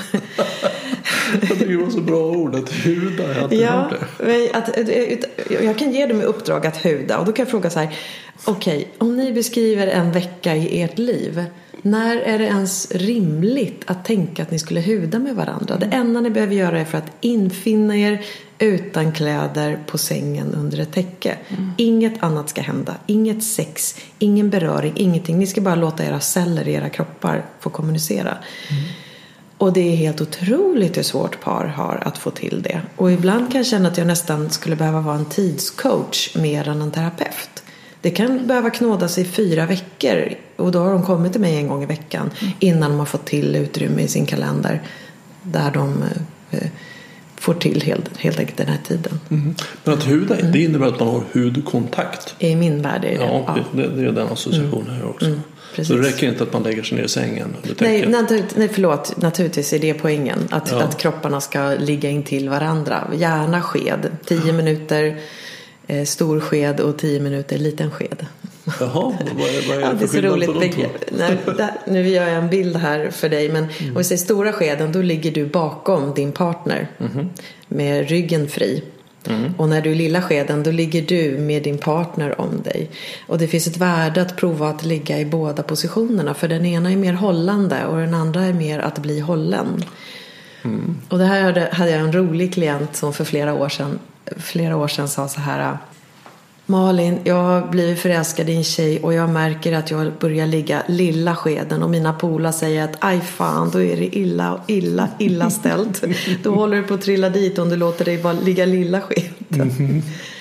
Jag tycker det var så bra ord. Att huda. Jag, ja, att, jag kan ge dem i uppdrag att huda. Och då kan jag fråga så här. Okej, okay, om ni beskriver en vecka i ert liv. När är det ens rimligt att tänka att ni skulle huda med varandra? Det enda ni behöver göra är för att infinna er utan kläder på sängen under ett täcke. Mm. Inget annat ska hända. Inget sex, ingen beröring, ingenting. Ni ska bara låta era celler, era kroppar få kommunicera. Mm. Och det är helt otroligt hur svårt par har att få till det. Och ibland kan jag känna att jag nästan skulle behöva vara en tidscoach mer än en terapeut. Det kan behöva knådas i fyra veckor. Och då har de kommit till mig en gång i veckan. Mm. Innan de har fått till utrymme i sin kalender. Där de eh, får till helt, helt enkelt den här tiden. Mm. Men att huda, mm. det innebär att man har hudkontakt. I min värld är det. Ja, ja. Det, det är den associationen mm. här också. Mm. Så det räcker inte att man lägger sig ner i sängen. Nej, natur, nej, förlåt. Naturligtvis är det poängen. Att, ja. att kropparna ska ligga in till varandra. Gärna sked. Tio minuter eh, stor sked och tio minuter liten sked. Jaha, vad är, vad är ja, det är så roligt. Nej, där, nu gör jag en bild här för dig. Men mm. om vi säger stora skeden, då ligger du bakom din partner. Mm. Med ryggen fri. Mm. Och när du är lilla skeden, då ligger du med din partner om dig. Och det finns ett värde att prova att ligga i båda positionerna. För den ena är mer hållande och den andra är mer att bli hållen. Mm. Och det här hade, hade jag en rolig klient som för flera år sedan, flera år sedan sa så här: Malin, jag har blivit förälskad i en tjej och jag märker att jag börjar ligga lilla skeden och mina polar säger att aj fan, då är det illa, illa, illa ställt. Då håller du på att trilla dit om du låter dig bara ligga lilla skeden. Mm-hmm.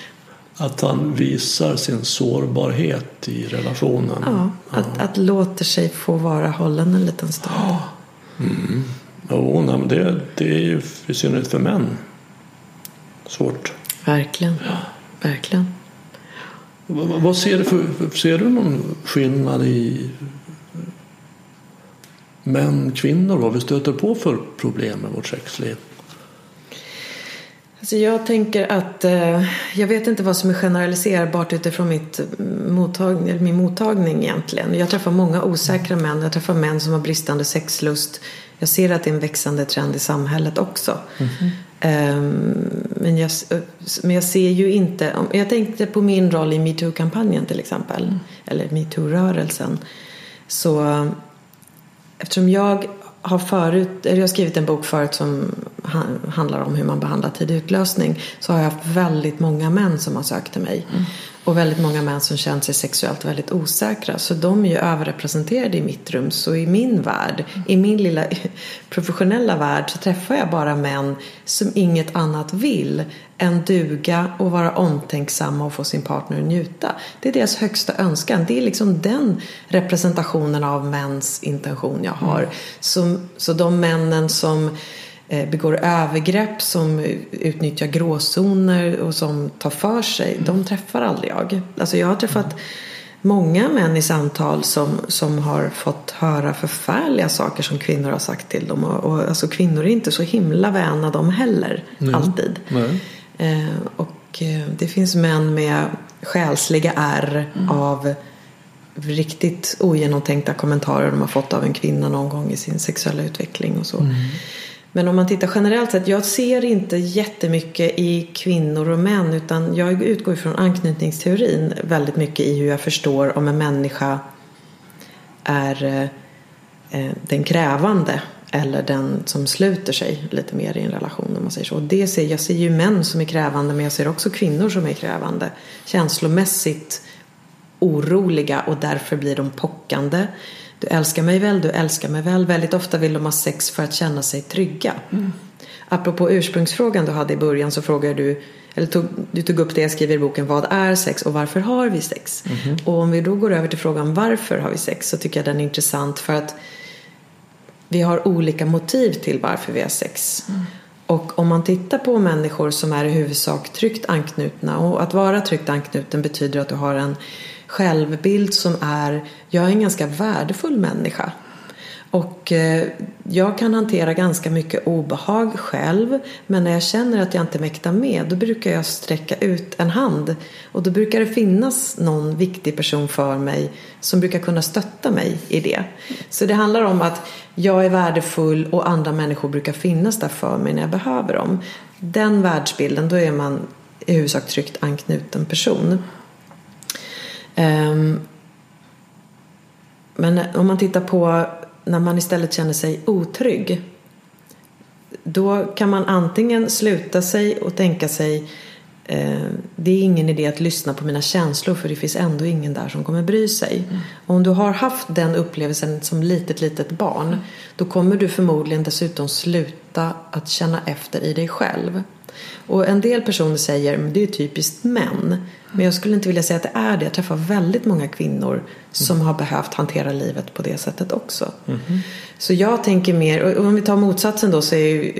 Att han visar sin sårbarhet i relationen. Ja, ja. Att, att låter sig få vara hållen en liten stund. Ja, mm. Jo, nej, men det, det är ju i synnerhet för män svårt. Verkligen, ja. Verkligen. Vad ser du för, ser du någon skillnad i män, kvinnor, vad vi stöter på för problem med vårt sexliv? Alltså jag tänker att eh, jag vet inte vad som är generaliserbart utifrån mitt mottagning, eller min mottagning egentligen. Jag träffar många osäkra män, jag träffar män som har bristande sexlust. Jag ser att det är en växande trend i samhället också. Mm-hmm. Um, men, jag, men jag ser ju inte. Jag tänkte på min roll i MeToo-kampanjen till exempel. Mm. Eller MeToo-rörelsen. Så eftersom jag har förut, eller jag har skrivit en bok förut som handlar om hur man behandlar tidig utlösning, så har jag haft väldigt många män som har sökt till mig. Mm. Och väldigt många män som känner sig sexuellt väldigt osäkra. Så de är ju överrepresenterade i mitt rum. Så i min värld, i min lilla professionella värld, så träffar jag bara män som inget annat vill än duga och vara omtänksamma och få sin partner att njuta. Det är deras högsta önskan. Det är liksom den representationen av mäns intention jag har. Mm. Så, så de männen som begår övergrepp, som utnyttjar gråzoner och som tar för sig, mm. de träffar aldrig jag. Alltså jag har träffat mm. många män i samtal som, som har fått höra förfärliga saker som kvinnor har sagt till dem. Och, och alltså kvinnor är inte så himla vänner de heller, mm. alltid. Mm. Eh, och eh, det finns män med själsliga ärr mm. av riktigt ogenomtänkta kommentarer de har fått av en kvinna någon gång i sin sexuella utveckling och så. Mm. Men om man tittar generellt sett, jag ser inte jättemycket i kvinnor och män, utan jag utgår ifrån anknytningsteorin väldigt mycket i hur jag förstår om en människa är eh, den krävande eller den som sluter sig lite mer i en relation, om man säger så. Och det ser, jag ser ju män som är krävande, men jag ser också kvinnor som är krävande. Känslomässigt oroliga, och därför blir de pockande. Du älskar mig väl, du älskar mig väl. Väldigt ofta vill de ha sex för att känna sig trygga. Mm. Apropå ursprungsfrågan du hade i början, så frågade du, eller tog, du tog upp det jag skriver i boken, vad är sex och varför har vi sex? Mm. Och om vi då går över till frågan varför har vi sex, så tycker jag den är intressant för att vi har olika motiv till varför vi har sex. Mm. Och om man tittar på människor som är i huvudsak tryggt anknutna, och att vara tryggt anknuten betyder att du har en självbild som är, jag är en ganska värdefull människa. Och eh, jag kan hantera ganska mycket obehag själv. Men när jag känner att jag inte mäktar med, då brukar jag sträcka ut en hand. Och då brukar det finnas någon viktig person för mig som brukar kunna stötta mig i det. Så det handlar om att jag är värdefull och andra människor brukar finnas där för mig när jag behöver dem. Den världsbilden, då är man i huvudsak tryggt anknuten person. Um, men om man tittar på när man istället känner sig otrygg, då kan man antingen sluta sig och tänka sig eh, det är ingen idé att lyssna på mina känslor, för det finns ändå ingen där som kommer bry sig. Mm. Om du har haft den upplevelsen som litet litet barn, mm. då kommer du förmodligen dessutom sluta att känna efter i dig själv. Och en del personer säger men det är typiskt män. Men jag skulle inte vilja säga att det är det. Jag träffar väldigt många kvinnor som har behövt hantera livet på det sättet också. Mm-hmm. Så jag tänker mer, och om vi tar motsatsen då, så är ju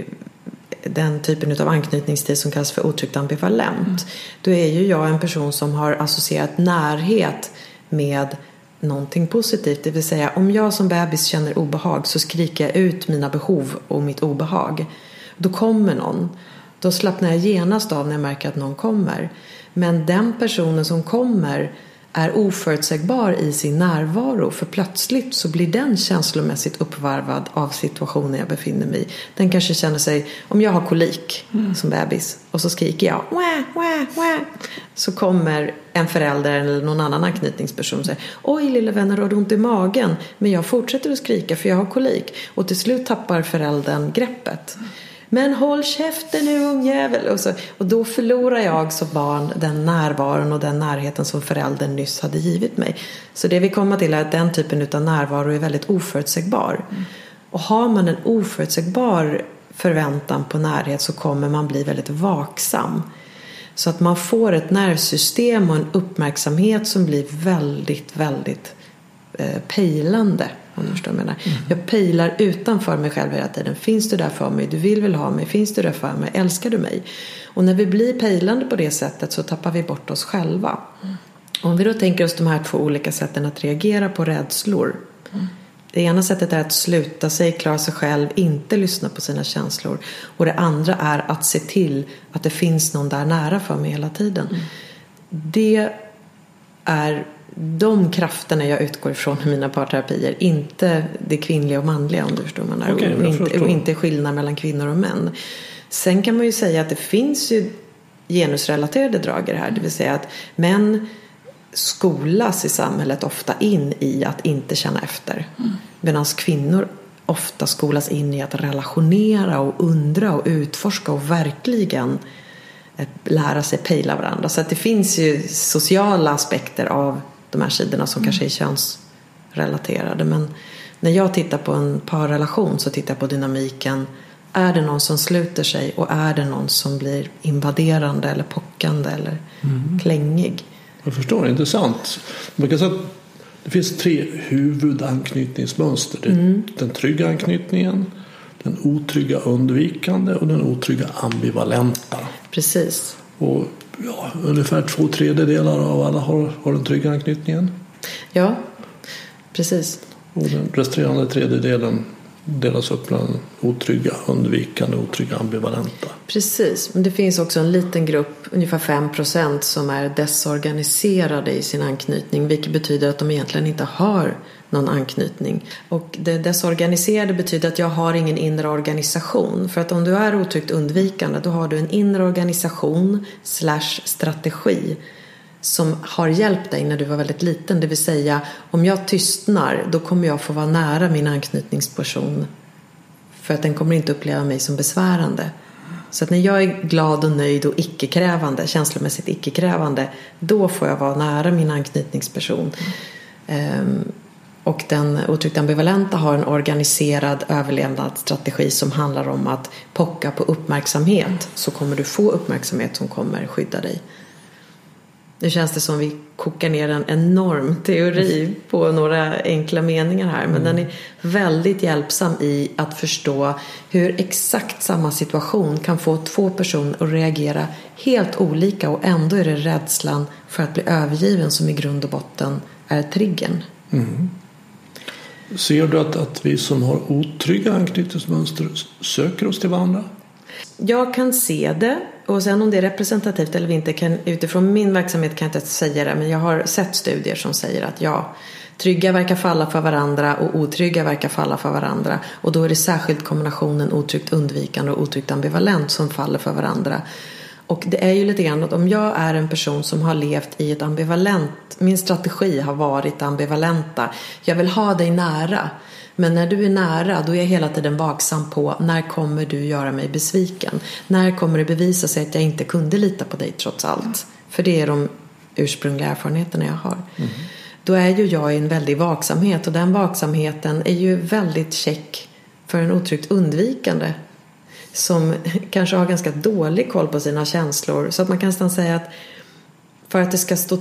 den typen av anknytningsstil som kallas för otryggt ambivalent. Mm. Då är ju jag en person som har associerat närhet med någonting positivt. Det vill säga, om jag som bebis känner obehag, så skriker jag ut mina behov och mitt obehag. Då kommer någon. Då slappnar jag genast av när jag märker att någon kommer. Men den personen som kommer är oförutsägbar i sin närvaro. För plötsligt så blir den känslomässigt uppvarvad av situationen jag befinner mig i. Den kanske känner sig, om jag har kolik mm. som bebis, och så skriker jag wah, wah, wah, så kommer en förälder eller någon annan anknytningsperson och säger, oj lilla vänner, har du ont i magen? Men jag fortsätter att skrika för jag har kolik. Och till slut tappar föräldern greppet. Men håll käften nu, ungjävel. Och, så, och då förlorar jag som barn den närvaron och den närheten som föräldern nyss hade givit mig. Så det vi kommer till är att den typen av närvaro är väldigt oförutsägbar. Mm. Och har man en oförutsägbar förväntan på närhet, så kommer man bli väldigt vaksam. Så att man får ett nervsystem och en uppmärksamhet som blir väldigt, väldigt eh, pejlande. Om du förstår vad jag menar. Mm. Jag pejlar utanför mig själv hela tiden. Finns du där för mig? Du vill väl ha mig? Finns du där för mig? Älskar du mig? Och när vi blir pejlande på det sättet, så tappar vi bort oss själva. Mm. Om vi då tänker oss de här två olika sätten att reagera på rädslor. Mm. Det ena sättet är att sluta sig, klara sig själv, inte lyssna på sina känslor. Och det andra är att se till att det finns någon där nära för mig hela tiden. Mm. Det är de krafterna jag utgår ifrån i mina parterapier, inte det kvinnliga och manliga, om du förstår vad man är. Okay, och, inte, och inte skillnad mellan kvinnor och män. Sen kan man ju säga att det finns ju genusrelaterade drag i det här, det vill säga att män skolas i samhället ofta in i att inte känna efter, mm. medan kvinnor ofta skolas in i att relationera och undra och utforska och verkligen lära sig pejla varandra. Så att det finns ju sociala aspekter av de här sidorna som mm. kanske är könsrelaterade. Men när jag tittar på en parrelation, så tittar jag på dynamiken. Är det någon som sluter sig, och är det någon som blir invaderande eller pockande eller mm. klängig? Jag förstår, intressant. Man kan säga att det finns tre huvudanknytningsmönster. Det är mm. den trygga anknytningen, den otrygga undvikande och den otrygga ambivalenta. Precis. Och ja, ungefär två tredjedelar av alla har, har den trygga anknytningen. Ja, precis. Och den resterande tredjedelen delas upp bland otrygga, undvikande, otrygga, ambivalenta. Precis, men det finns också en liten grupp, ungefär fem procent, som är desorganiserade i sin anknytning, vilket betyder att de egentligen inte har någon anknytning. Och det desorganiserade betyder att jag har ingen inre organisation. För att om du är otryggt undvikande, då har du en inre organisation slash strategi som har hjälpt dig när du var väldigt liten. Det vill säga, om jag tystnar, då kommer jag få vara nära min anknytningsperson. För att den kommer inte uppleva mig som besvärande. Så att när jag är glad och nöjd och icke-krävande, känslomässigt icke-krävande, då får jag vara nära min anknytningsperson. Mm. Um, och den otryggt ambivalenta har en organiserad överlevnadsstrategi som handlar om att pocka på uppmärksamhet. Så kommer du få uppmärksamhet som kommer skydda dig. Nu känns det som vi kokar ner en enorm teori på några enkla meningar här. Men mm. den är väldigt hjälpsam i att förstå hur exakt samma situation kan få två personer att reagera helt olika. Och ändå är det rädslan för att bli övergiven som i grund och botten är triggern. Mm. Ser du att, att vi som har otrygga anknytningsmönster söker oss till varandra? Jag kan se det, och sen om det är representativt eller inte, kan, utifrån min verksamhet kan jag inte säga det, men jag har sett studier som säger att ja, trygga verkar falla för varandra och otrygga verkar falla för varandra, och då är det särskilt kombinationen otryggt undvikande och otryggt ambivalent som faller för varandra. Och det är ju lite grann att om jag är en person som har levt i ett ambivalent, min strategi har varit ambivalenta, jag vill ha dig nära. Men när du är nära, då är jag hela tiden vaksam på när kommer du göra mig besviken? När kommer det bevisa sig att jag inte kunde lita på dig trots allt? För det är de ursprungliga erfarenheterna jag har. Mm. Då är ju jag i en väldig vaksamhet, och den vaksamheten är ju väldigt check för en otryggt undvikande som kanske har ganska dålig koll på sina känslor. Så att man kan nästan säga att för att det ska stå...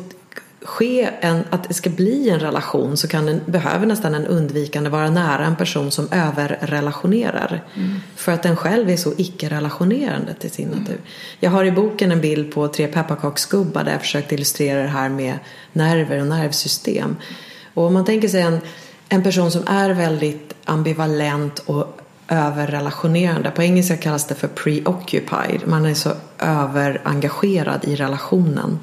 ske en, att det ska bli en relation, så kan den, behöver nästan en undvikande vara nära en person som överrelationerar. Mm. För att den själv är så icke-relationerande till sin mm. natur. Jag har i boken en bild på tre pepparkaksgubbar där jag försökt illustrera det här med nerver och nervsystem. Och om man tänker sig en, en person som är väldigt ambivalent och överrelationerande. På engelska kallas det för preoccupied. Man är så överengagerad i relationen.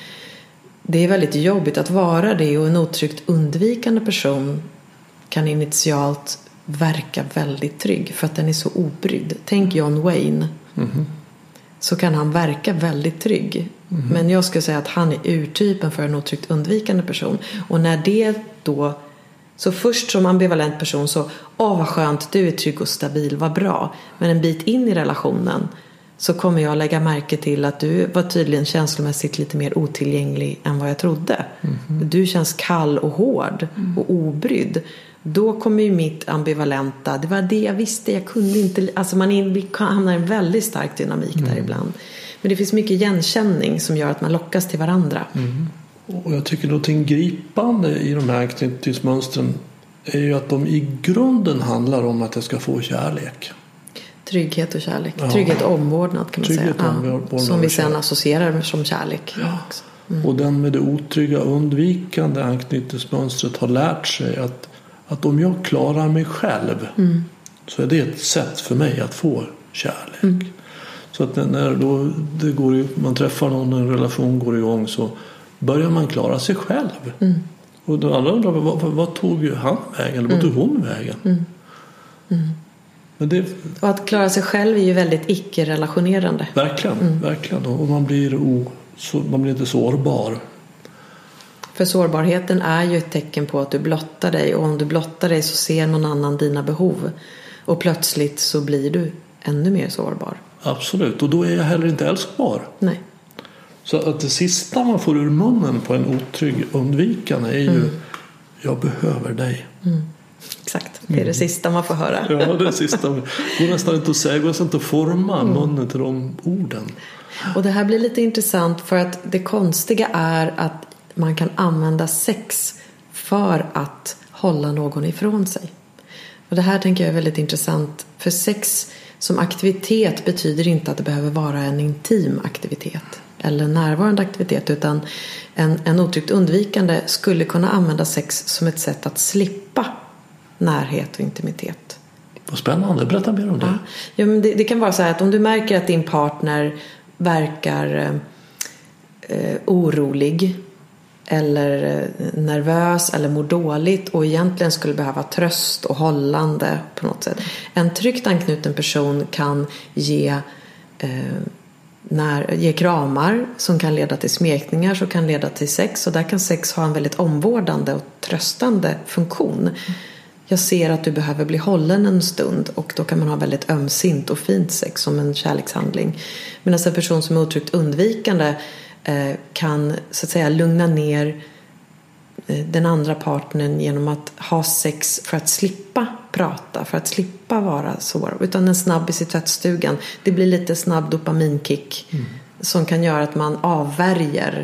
Det är väldigt jobbigt att vara det, och en otryggt undvikande person kan initialt verka väldigt trygg för att den är så obrydd. Tänk John Wayne. Mm-hmm. Så kan han verka väldigt trygg. Mm-hmm. Men jag skulle säga att han är urtypen för en otryggt undvikande person. Och när det då... Så först som ambivalent person så, åh vad skönt, du är trygg och stabil, vad bra. Men en bit in i relationen så kommer jag lägga märke till att du var tydligen känslomässigt lite mer otillgänglig än vad jag trodde. Mm-hmm. Du känns kall och hård mm. och obrydd. Då kommer ju mitt ambivalenta, det var det jag visste, jag kunde inte, alltså man hamnar i en väldigt stark dynamik mm. där ibland. Men det finns mycket igenkänning som gör att man lockas till varandra. Mm. Och jag tycker någonting gripande i de här anknytningsmönstren är ju att de i grunden handlar om att jag ska få kärlek. Trygghet och kärlek. Ja. Trygghet och omvårdnad kan man Trygghet säga. Omvårdnad, ja. Som vi sen associerar som kärlek. Ja. Mm. Och den med det otrygga undvikande anknytningsmönstret har lärt sig att, att om jag klarar mig själv mm. så är det ett sätt för mig att få kärlek. Mm. Så att när då det går, man träffar någon, en relation går igång, så börjar man klara sig själv. Mm. Och då alla undrar, vad, vad, vad tog han vägen? Eller vad tog hon vägen? Mm. Mm. Men det... Och att klara sig själv är ju väldigt icke-relationerande. Verkligen, mm. verkligen. Och man blir, o, så, man blir inte sårbar. För sårbarheten är ju ett tecken på att du blottar dig. Och om du blottar dig så ser någon annan dina behov. Och plötsligt så blir du ännu mer sårbar. Absolut, och då är jag heller inte älskbar. Nej. Så att det sista man får ur munnen på en otrygg undvikande är ju mm. jag behöver dig. Mm. Exakt, det är det mm. sista man får höra. Ja, det är det sista. Det går nästan inte att säga, det går nästan inte att forma mm. munnen till de orden. Och det här blir lite intressant för att det konstiga är att man kan använda sex för att hålla någon ifrån sig. Och det här tänker jag är väldigt intressant, för sex som aktivitet betyder inte att det behöver vara en intim aktivitet eller en närvarande aktivitet, utan en, en otryggt undvikande skulle kunna använda sex som ett sätt att slippa närhet och intimitet. Vad spännande, berätta mer om det. Ja. Ja, men det, det kan vara så här att om du märker att din partner verkar eh, orolig eller nervös eller mår dåligt och egentligen skulle behöva tröst och hållande på något sätt. En tryggt anknuten person kan ge, eh, när, ge kramar som kan leda till smekningar, som kan leda till sex, och där kan sex ha en väldigt omvårdande och tröstande funktion. Jag ser att du behöver bli hållen en stund, och då kan man ha väldigt ömsint och fint sex som en kärlekshandling. Medan en person som är otryggt undvikande kan så att säga lugna ner den andra partnern genom att ha sex för att slippa prata, för att slippa vara sårbar. Utan en snabbis i tvättstugan, det blir lite snabb dopaminkick mm. som kan göra att man avvärjer.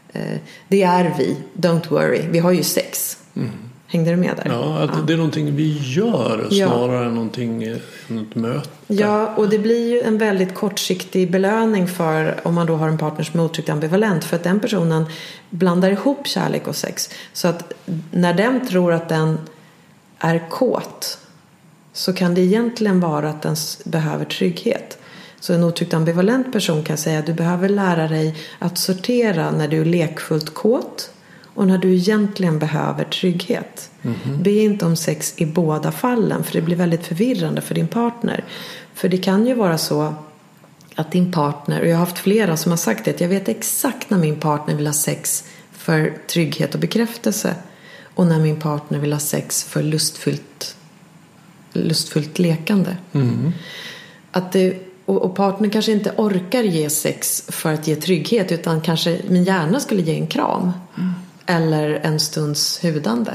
Det är vi, don't worry, vi har ju sex. Mm. Hängde du med där? Ja, att ja. Det är någonting vi gör snarare ja. än någonting, ett möte. Ja, och det blir ju en väldigt kortsiktig belöning för om man då har en partner som är otryggt ambivalent, för att den personen blandar ihop kärlek och sex. Så att när den tror att den är kåt, så kan det egentligen vara att den behöver trygghet. Så en otryggt ambivalent person kan säga att du behöver lära dig att sortera när du är lekfullt kåt och när du egentligen behöver trygghet. Mm-hmm. Be inte om sex i båda fallen, för det blir väldigt förvirrande för din partner. För det kan ju vara så att din partner, och jag har haft flera som har sagt det, att jag vet exakt när min partner vill ha sex för trygghet och bekräftelse, och när min partner vill ha sex för lustfyllt, lustfyllt lekande. Mm-hmm. Att det, och, och partnern kanske inte orkar ge sex för att ge trygghet, utan kanske min hjärna skulle ge en kram. Mm. Eller en stunds hudande.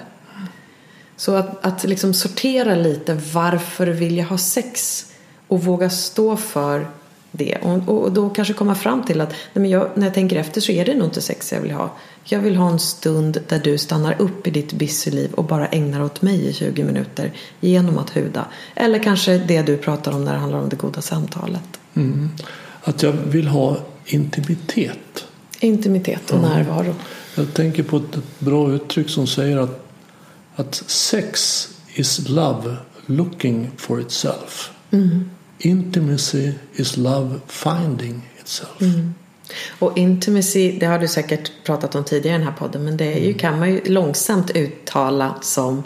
Så att, att liksom sortera lite, varför vill jag ha sex? Och våga stå för det. Och, och då kanske komma fram till att nej, men jag, när jag tänker efter så är det nog inte sex jag vill ha. Jag vill ha en stund där du stannar upp i ditt busy-liv och bara ägnar åt mig i tjugo minuter genom att huda. Eller kanske det du pratar om när det handlar om det goda samtalet. Mm. Att jag vill ha intimitet. Intimitet och mm. närvaro. Jag tänker på ett bra uttryck som säger att, att sex is love looking for itself. Mm. Intimacy is love finding itself. Mm. Och intimacy, det har du säkert pratat om tidigare i den här podden, men det är ju, mm. kan man ju långsamt uttala som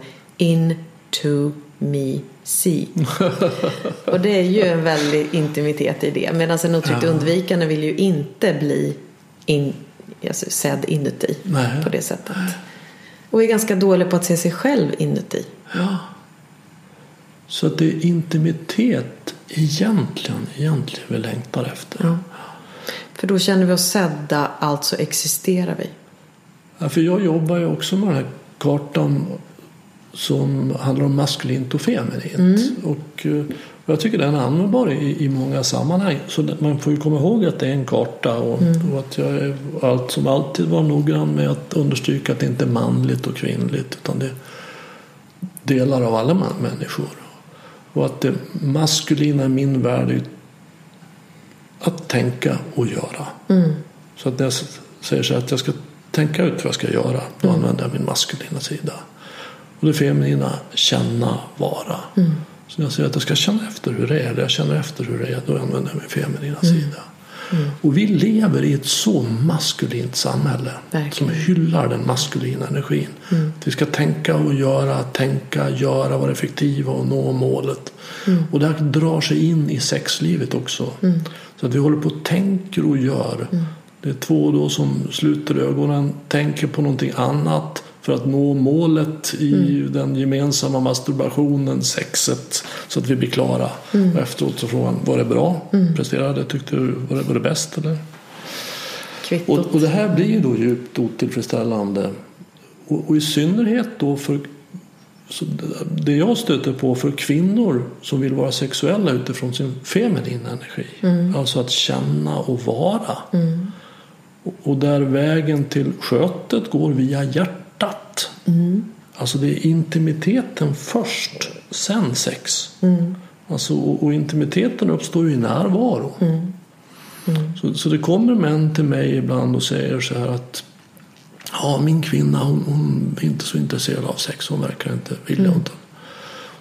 into me see. Och det är ju en väldig intimitet i det. Medan en otryggt ja. undvikande vill ju inte bli in, alltså, sedd inuti. Nej. På det sättet. Och är ganska dålig på att se sig själv inuti. Ja. Så att det är intimitet egentligen, egentligen vi längtar efter. Ja. För då känner vi oss sedda, alltså existerar vi. Ja, för jag jobbar ju också med den här kartan som handlar om maskulint och feminint. Mm. Och jag tycker den är användbar i, i många sammanhang. Så man får ju komma ihåg att det är en karta. Och, mm. och att jag är allt som alltid var noggrann med att understryka att det inte är manligt och kvinnligt. Utan det är delar av alla människor. Och att det maskulina i min värld är att tänka och göra. Mm. Så att när jag säger så att jag ska tänka ut vad jag ska göra, då mm. använder jag min maskulina sida. Och det feminina, känna, vara. Mm. Så när jag säger att jag ska känna efter hur det är, eller jag känner efter hur det är, då använder jag min feminina mm. sida. Mm. Och vi lever i ett så maskulint samhälle. Verkligen. Som hyllar den maskulina energin. Mm. Vi ska tänka och göra, tänka, göra, vara effektiva och nå målet. Mm. Och det här drar sig in i sexlivet också. Mm. Så att vi håller på och tänker och gör. Mm. Det är två då som sluter ögonen, tänker på någonting annat för att nå målet i mm. den gemensamma masturbationen, sexet, så att vi blir klara. Mm. Och efteråt så frågan, var det bra? Mm. Presterade? Tyckte du, var det, var det bäst? Eller? Och, och det här blir ju då djupt otillfredsställande. Och, och i synnerhet då för så det jag stöter på för kvinnor som vill vara sexuella utifrån sin feminina energi. Mm. Alltså att känna och vara. Mm. Och, och där vägen till skötet går via hjärtat. Mm. Alltså det är intimiteten först, sen sex. Mm. Alltså, och, och intimiteten uppstår ju i närvaro. Mm. Mm. Så, så det kommer män till mig ibland och säger så här att ja, min kvinna hon, hon är inte så intresserad av sex, hon verkar inte vilja. Mm.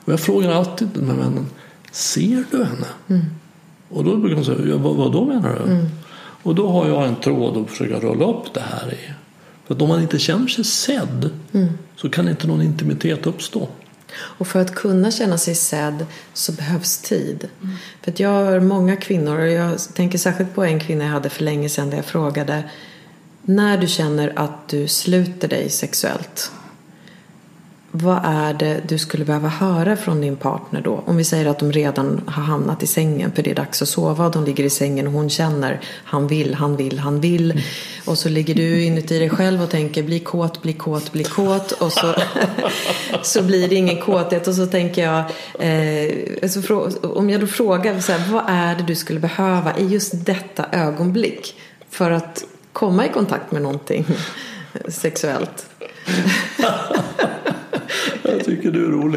Och jag frågar alltid den här vännen, ser du henne? Mm. Och då brukar de säga, ja, vad, vad då menar du? Mm. Och då har jag en tråd att försöka rulla upp det här i. För att om man inte känner sig sedd mm. så kan inte någon intimitet uppstå. Och för att kunna känna sig sedd så behövs tid. Mm. För att jag har många kvinnor, och jag tänker särskilt på en kvinna jag hade för länge sedan där jag frågade, när du känner att du sluter dig sexuellt, vad är det du skulle behöva höra från din partner då? Om vi säger att de redan har hamnat i sängen för det är dags att sova, de ligger i sängen och hon känner han vill, han vill, han vill. Mm. Och så ligger du inuti dig själv och tänker bli kåt, bli kåt, bli kåt. Och så, så blir det ingen kåthet. Och så tänker jag, eh, så om jag då frågar så här, vad är det du skulle behöva i just detta ögonblick för att komma i kontakt med någonting sexuellt? Jag tycker du är rolig.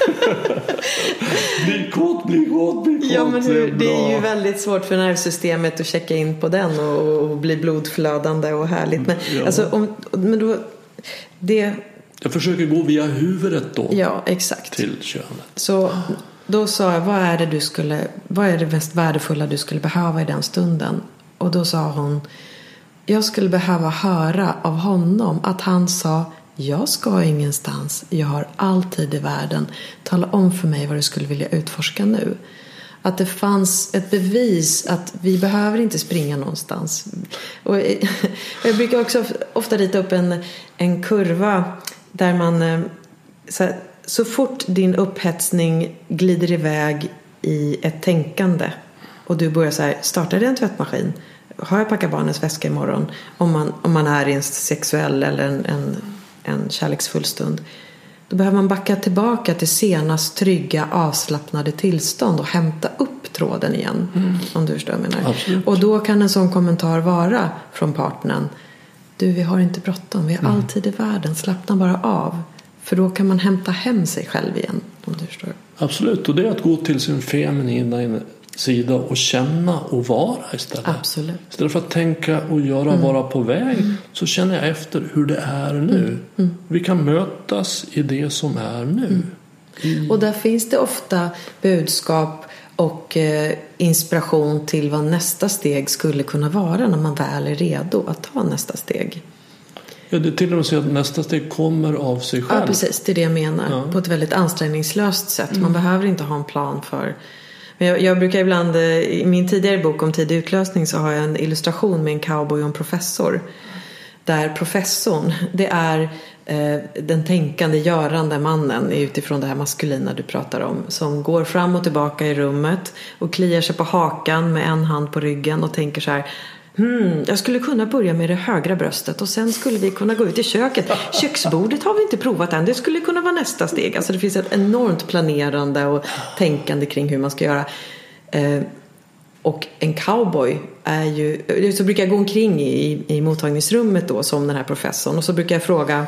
Bli kåt, bli kåt, bli kåt. Ja, men hur, det är ju väldigt svårt för nervsystemet att checka in på den och, och bli blodflödande och härligt. Men, ja. alltså, om, men då, det... Jag försöker gå via huvudet då. Ja, exakt. Till könet. Så då sa jag, vad är det du skulle, vad är det mest värdefulla du skulle behöva i den stunden? Och då sa hon, jag skulle behöva höra av honom att han sa, jag ska ingenstans, jag har all tid i världen, tala om för mig vad du skulle vilja utforska nu. Att det fanns ett bevis att vi behöver inte springa någonstans. Och jag brukar också ofta rita upp en, en kurva där man så, här, så fort din upphetsning glider iväg i ett tänkande och du börjar så här, startar det en tvättmaskin? Har jag packat barnens väska imorgon? Om man, om man är i en sexuell eller en, en, en kärleksfull stund. Då behöver man backa tillbaka till senast trygga, avslappnade tillstånd och hämta upp tråden igen. Mm. Om du förstår vad jag menar. Absolut. Och då kan en sån kommentar vara från partnern. Du, vi har inte bråttom. Vi har mm. alltid i världen. Slappna bara av. För då kan man hämta hem sig själv igen. Om du förstår. Absolut. Och det är att gå till sin feminina sida och känna och vara istället. Absolut. Istället för att tänka och göra mm. vara på väg mm. så känner jag efter hur det är nu. Mm. Mm. Vi kan mötas i det som är nu. Mm. Mm. Och där finns det ofta budskap och eh, inspiration till vad nästa steg skulle kunna vara när man väl är redo att ta nästa steg. Ja, det är till och med så att nästa steg kommer av sig själv. Ja, precis. Det är det jag menar. Ja. På ett väldigt ansträngningslöst sätt. Man Mm. behöver inte ha en plan för... Men jag, jag brukar ibland, i min tidigare bok om tidig utlösning så har jag en illustration med en cowboy och en professor. Där professorn, det är eh, den tänkande, görande mannen utifrån det här maskulina du pratar om. Som går fram och tillbaka i rummet och kliar sig på hakan med en hand på ryggen och tänker så här... Hmm, jag skulle kunna börja med det högra bröstet och sen skulle vi kunna gå ut i köket. Köksbordet har vi inte provat än. Det skulle kunna vara nästa steg. Alltså det finns ett enormt planerande och tänkande kring hur man ska göra. Eh, och en cowboy är ju... Så brukar jag gå omkring i, i mottagningsrummet då som den här professorn. Och så brukar jag fråga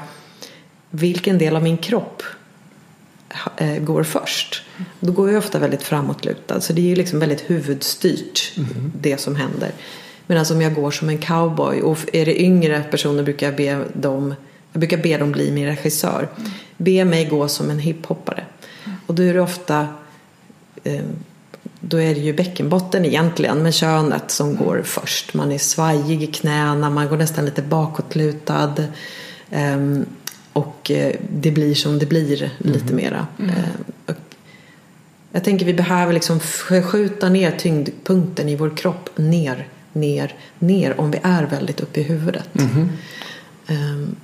vilken del av min kropp eh, går först. Då går jag ofta väldigt framåtlutad. Så det är ju liksom väldigt huvudstyrt mm. det som händer. Medan om jag går som en cowboy och är det yngre personer brukar jag be dem, jag brukar be dem bli min regissör. Mm. Be mig gå som en hiphoppare. Mm. Och då är det ofta, eh, då är det ju bäckenbotten egentligen med könet som mm. går först. Man är svajig i knäna, man går nästan lite bakåtlutad. Eh, och eh, det blir som det blir mm. lite mera. Mm. Eh, och jag tänker vi behöver liksom skjuta ner tyngdpunkten i vår kropp ner. ner, ner om vi är väldigt uppe i huvudet. Mm-hmm. Um,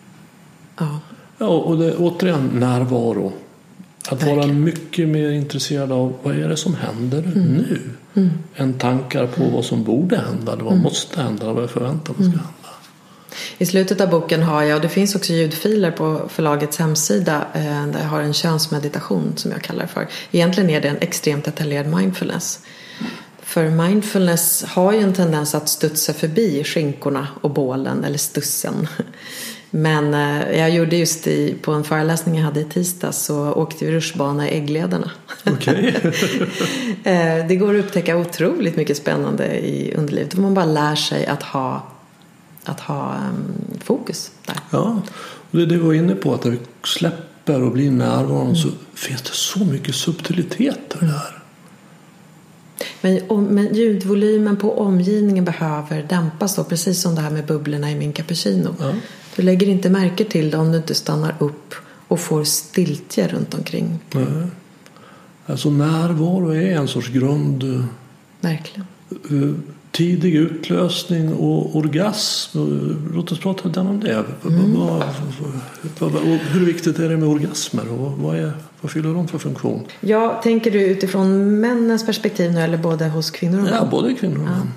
ja. Ja, och det är återigen närvaro. Att Verkligen. Vara mycket mer intresserad av vad är det som händer mm. nu mm. än tankar på vad som borde hända eller vad mm. måste hända eller vad jag förväntar mig ska hända. I slutet av boken har jag, och det finns också ljudfiler på förlagets hemsida där jag har en könsmeditation som jag kallar det för. Egentligen är det en extremt detaljerad mindfulness. För mindfulness har ju en tendens att studsa förbi skinkorna och bålen eller stussen. Men eh, jag gjorde just i, på en föreläsning jag hade i tisdags så åkte vi rutschbana i ägglederna. Okay. eh, det går att upptäcka otroligt mycket spännande i underlivet. Man bara lär sig att ha, att ha um, fokus där. Ja, och det du var inne på att vi släpper släpper och blir närvarande mm. så finns det så mycket subtiliteter mm. där. Men, om, men ljudvolymen på omgivningen behöver dämpas då, precis som det här med bubblorna i min cappuccino. Ja. Du lägger inte märke till det om du inte stannar upp och får stiltje runt omkring. Nej. Alltså närvaro är en sorts grund. Verkligen. Tidig utlösning och orgasm. Låt oss prata lite om det. Mm. Vad, vad, vad, hur viktigt är det med orgasmer? Och vad, är, vad fyller de för funktion? Ja, tänker du utifrån männens perspektiv nu eller både hos kvinnor och män? Ja, både kvinnor och män.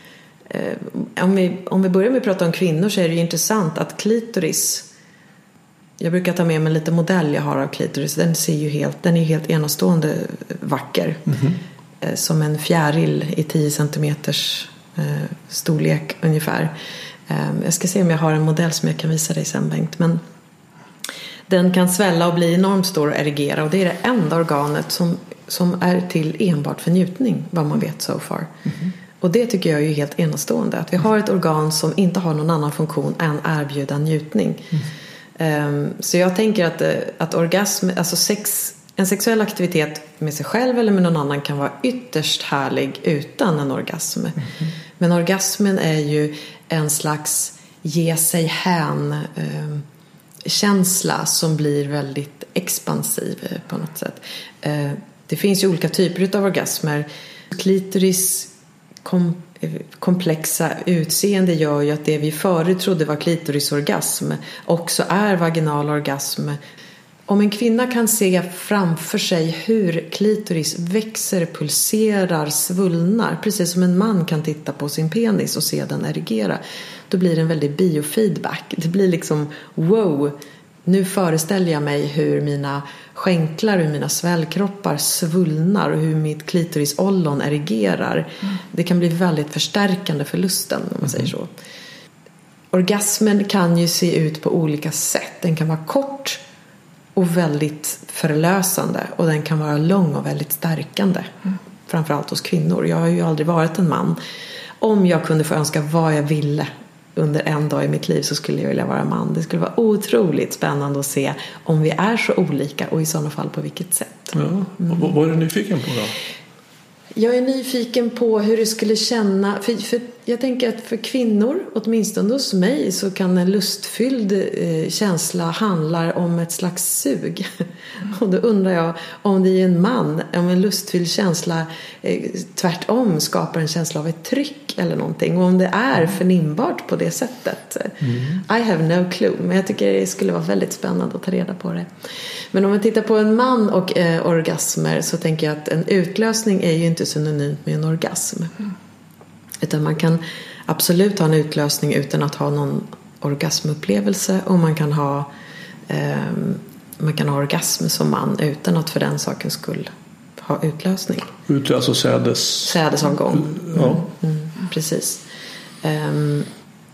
Ja. Om vi, om vi börjar med att prata om kvinnor så är det ju intressant att klitoris... Jag brukar ta med mig lite modell jag har av klitoris. Den, ser ju helt, den är ju helt enastående vacker. Mm-hmm. Som en fjäril i tio centimeters eh, storlek ungefär. Eh, jag ska se om jag har en modell som jag kan visa dig sen, Bengt. Men den kan svälla och bli enormt stor och erigera. Och det är det enda organet som, som är till enbart för njutning, vad man vet so far. Mm-hmm. Och det tycker jag är ju helt enastående. Att vi har ett organ som inte har någon annan funktion än erbjuda njutning. Mm. Eh, så jag tänker att, att orgasm, alltså sex... En sexuell aktivitet med sig själv eller med någon annan kan vara ytterst härlig utan en orgasm. Mm. Men orgasmen är ju en slags ge sig hän eh, känsla som blir väldigt expansiv på något sätt. Eh, det finns ju olika typer av orgasmer. Klitoris kom, komplexa utseende gör ju att det vi förut trodde var klitorisorgasm också är vaginal orgasm. Om en kvinna kan se framför sig hur klitoris växer, pulserar, svullnar, precis som en man kan titta på sin penis och se den erigera, då blir det en väldigt biofeedback. Det blir liksom, wow, nu föreställer jag mig hur mina skänklar, hur mina svällkroppar svullnar och hur mitt klitorisollon erigerar. Mm. Det kan bli väldigt förstärkande för lusten, om man säger så. Orgasmen kan ju se ut på olika sätt. Den kan vara kort och väldigt förlösande, och den kan vara lång och väldigt stärkande. Mm. Framförallt hos kvinnor. Jag har ju aldrig varit en man. Om jag kunde få önska vad jag ville under en dag i mitt liv så skulle jag vilja vara man. Det skulle vara otroligt spännande att se om vi är så olika och i sådana fall på vilket sätt. Ja. Mm. Vad är du nyfiken på då? Jag är nyfiken på hur det skulle känna, för, för jag tänker att för kvinnor, åtminstone hos mig, så kan en lustfylld eh, känsla handla om ett slags sug. Mm. Och då undrar jag om det är en man, om en lustfylld känsla eh, tvärtom skapar en känsla av ett tryck eller någonting. Och om det är förnimbart på det sättet. Mm. I have no clue, men jag tycker det skulle vara väldigt spännande att ta reda på det. Men om man tittar på en man och eh, orgasmer, så tänker jag att en utlösning är ju inte synonymt med en orgasm. Mm. Utan man kan absolut ha en utlösning utan att ha någon orgasmupplevelse, och man kan ha eh, man kan ha orgasm som man utan att för den saken skulle ha utlösning. Utlös och sädes... Sädesavgång. Ja. Mm, mm, precis. Um,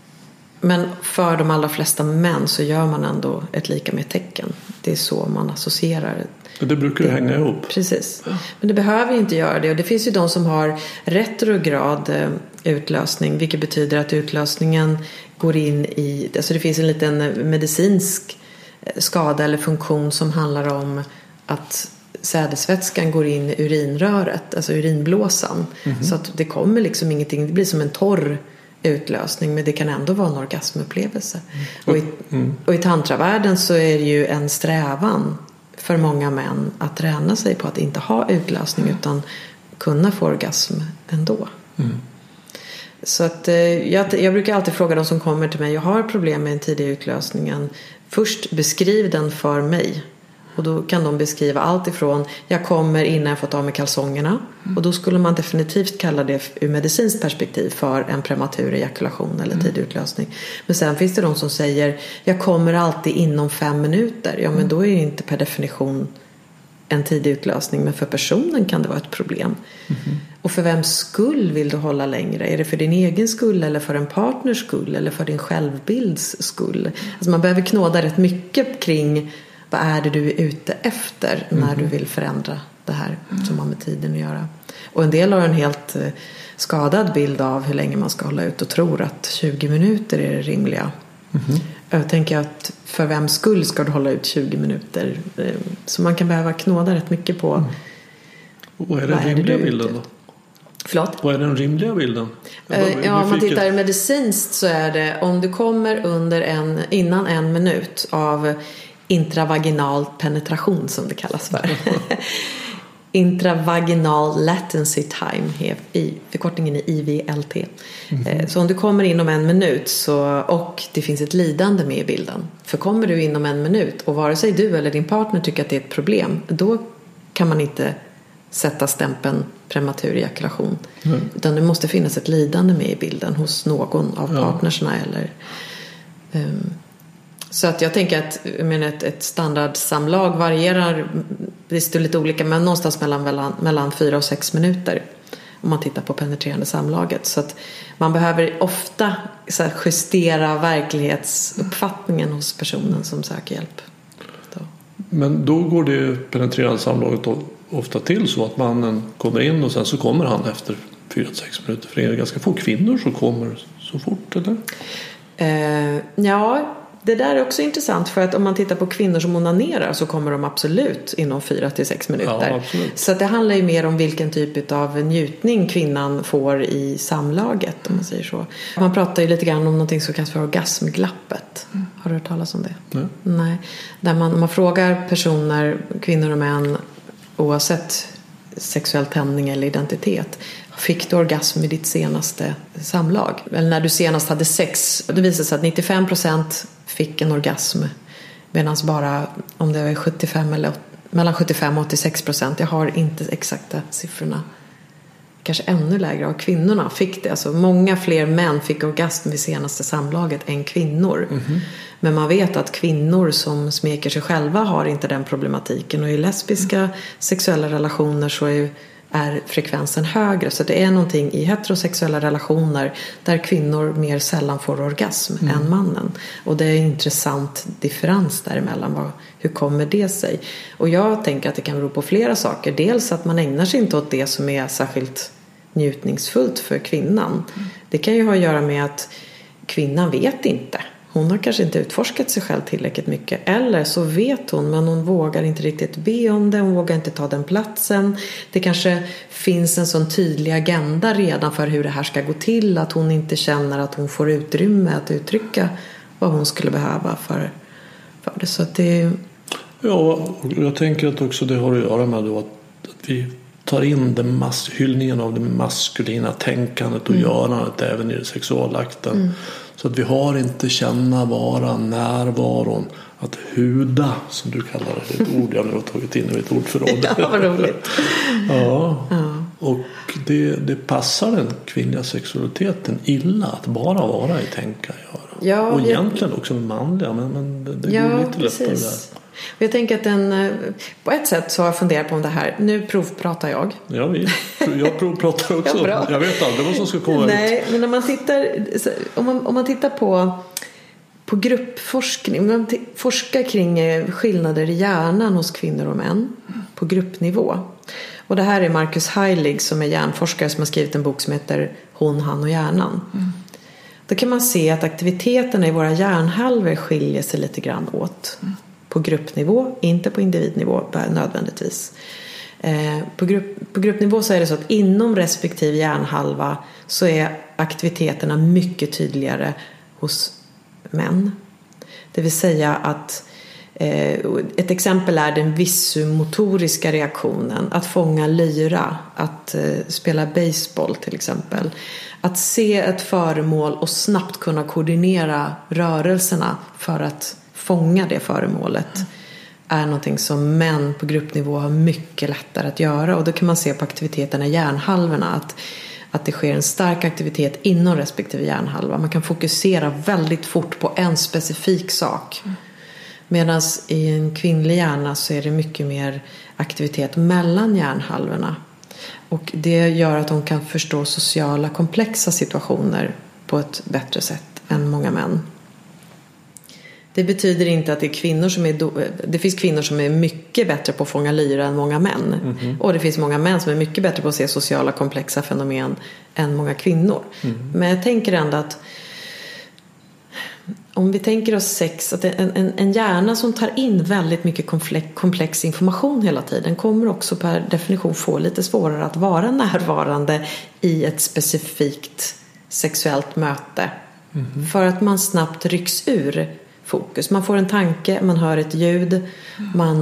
men för de allra flesta män så gör man ändå ett lika med tecken. Det är så man associerar. Det brukar ju hänga ihop. Precis. Men det behöver inte göra det. Och det finns ju de som har retrograd utlösning, vilket betyder att utlösningen går in i... Alltså det finns en liten medicinsk skada eller funktion som handlar om att sädesvätskan går in i urinröret, alltså urinblåsan. Mm-hmm. Så att det kommer liksom ingenting, det blir som en torr utlösning, men det kan ändå vara en orgasmupplevelse. Mm. Och, i, mm. och i tantravärlden så är det ju en strävan för många män att träna sig på att inte ha utlösning mm. utan kunna få orgasm ändå. Mm. Så att jag, jag brukar alltid fråga de som kommer till mig, jag har problem med den tidiga utlösningen, först beskriv den för mig. Och då kan de beskriva allt ifrån jag kommer innan jag fått av med kalsongerna. Mm. Och då skulle man definitivt kalla det ur medicinskt perspektiv för en prematur ejakulation eller tidig utlösning. Men sen finns det de som säger jag kommer alltid inom fem minuter. Ja, men då är det inte per definition en tidig utlösning. Men för personen kan det vara ett problem. Mm. Och för vems skull vill du hålla längre? Är det för din egen skull eller för en partners skull eller för din självbilds skull? Alltså man behöver knåda rätt mycket kring vad är det du är ute efter när mm. du vill förändra det här mm. som har med tiden att göra. Och en del har en helt eh, skadad bild av hur länge man ska hålla ut och tror att tjugo minuter är det rimliga. Jag tänker att för vem skull ska du hålla ut tjugo minuter? Så man kan behöva knåda rätt mycket på. Mm. Och vad är den rimliga bilden då? Förlåt? Vad är den rimliga bilden? Ja, om man tittar medicinskt så är det om du kommer under en, innan en minut av intravaginal penetration som det kallas för. Intravaginal latency time, i förkortningen är I V L T. Mm-hmm. Så om du kommer inom en minut så, och det finns ett lidande med i bilden. För kommer du inom en minut och vare sig du eller din partner tycker att det är ett problem, då kan man inte sätta stämpeln prematur ejakulation. Mm. Utan det måste finnas ett lidande med i bilden hos någon av partnerserna. Ja. Eller, um, så att jag tänker att jag menar, ett, ett standardsamlag varierar, det är lite olika, men någonstans mellan, mellan, mellan fyra och sex minuter om man tittar på penetrerande samlaget. Så att man behöver ofta så här, justera verklighetsuppfattningen hos personen som söker hjälp. Då. Men då går det penetrerande samlaget då ofta till så att mannen kommer in och sen så kommer han efter fyra till sex minuter. För det är ganska få kvinnor som kommer så fort, eller? Eh, ja, det där är också intressant, för att om man tittar på kvinnor som onanerar så kommer de absolut inom fyra till sex minuter. Ja, absolut. Så att det handlar ju mer om vilken typ av njutning kvinnan får i samlaget, om man säger så. Man pratar ju lite grann om någonting som kallas för orgasmglappet. Mm. Har du hört talas om det? Nej. Nej. Där man, man frågar personer, kvinnor och män, oavsett sexuell tändning eller identitet: fick du orgasm i ditt senaste samlag? Eller när du senast hade sex? Det visade sig att nittiofem procent fick en orgasm, medan bara om det var sjuttiofem eller mellan sjuttiofem och åttiosex procent, jag har inte exakta siffrorna, kanske ännu lägre av kvinnorna fick det. Alltså många fler män fick orgasm vid senaste samlaget än kvinnor. Mm-hmm. Men man vet att kvinnor som smeker sig själva har inte den problematiken, och i lesbiska mm. sexuella relationer så är ju är frekvensen högre. Så det är någonting i heterosexuella relationer där kvinnor mer sällan får orgasm mm. än mannen. Och det är en intressant differens däremellan. Vad, hur kommer det sig? Och jag tänker att det kan bero på flera saker. Dels att man ägnar sig inte åt det som är särskilt njutningsfullt för kvinnan. Mm. Det kan ju ha att göra med att kvinnan vet inte. Hon har kanske inte utforskat sig själv tillräckligt mycket. Eller så vet hon, men hon vågar inte riktigt be om det. Hon vågar inte ta den platsen. Det kanske finns en sån tydlig agenda redan för hur det här ska gå till. Att hon inte känner att hon får utrymme att uttrycka vad hon skulle behöva för, för det. Så att det... Ja, jag tänker att också det har att göra med då att, att vi tar in den mass- hyllningen av det maskulina tänkandet och mm. görandet även i det sexualakten. Mm. Så att vi har inte känna, vara, närvaron, att huda, som du kallar det, ett ord jag nu har tagit in i mitt ordförråd. Ja, vad roligt. Ja, ja. Och det, det passar den kvinnliga sexualiteten illa att bara vara i tänka, göra. Ja, och egentligen jag... också med manliga, men, men det, det ja, går lite precis. lättare där. Och jag tänker att den, på ett sätt så har jag funderat på om det här. Nu provpratar jag. Ja, vi. Jag provpratar också. Ja, jag vet aldrig vad som ska komma Nej, ut. men när man tittar, om man, om man tittar på, på gruppforskning. Om man t- forskar kring skillnader i hjärnan hos kvinnor och män på gruppnivå. Och det här är Marcus Heilig som är hjärnforskare som har skrivit en bok som heter Hon, han och hjärnan. Mm. Då kan man se att aktiviteterna i våra hjärnhalvor skiljer sig lite grann åt. Mm. På gruppnivå, inte på individnivå nödvändigtvis. Eh, på, grupp, på gruppnivå så är det så att inom respektive hjärnhalva så är aktiviteterna mycket tydligare hos män. Det vill säga att eh, ett exempel är den visumotoriska reaktionen. Att fånga lyra, att eh, spela baseball till exempel. Att se ett föremål och snabbt kunna koordinera rörelserna för att fånga det föremålet mm. är någonting som män på gruppnivå har mycket lättare att göra. Och då kan man se på aktiviteterna i hjärnhalvorna att, att det sker en stark aktivitet inom respektive hjärnhalva. Man kan fokusera väldigt fort på en specifik sak. Mm. Medan i en kvinnlig hjärna så är det mycket mer aktivitet mellan hjärnhalvorna. Och det gör att de kan förstå sociala komplexa situationer på ett bättre sätt än många män. Det betyder inte att det är kvinnor som är do- det finns kvinnor som är mycket bättre på att fånga lyra än många män. Mm-hmm. Och det finns många män som är mycket bättre på att se sociala komplexa fenomen än många kvinnor. Mm. Men jag tänker ändå att om vi tänker oss sex, att en, en, en hjärna som tar in väldigt mycket komplex, komplex information hela tiden kommer också per definition få lite svårare att vara närvarande i ett specifikt sexuellt möte. Mm. För att man snabbt rycks ur fokus. Man får en tanke, man hör ett ljud, mm. man,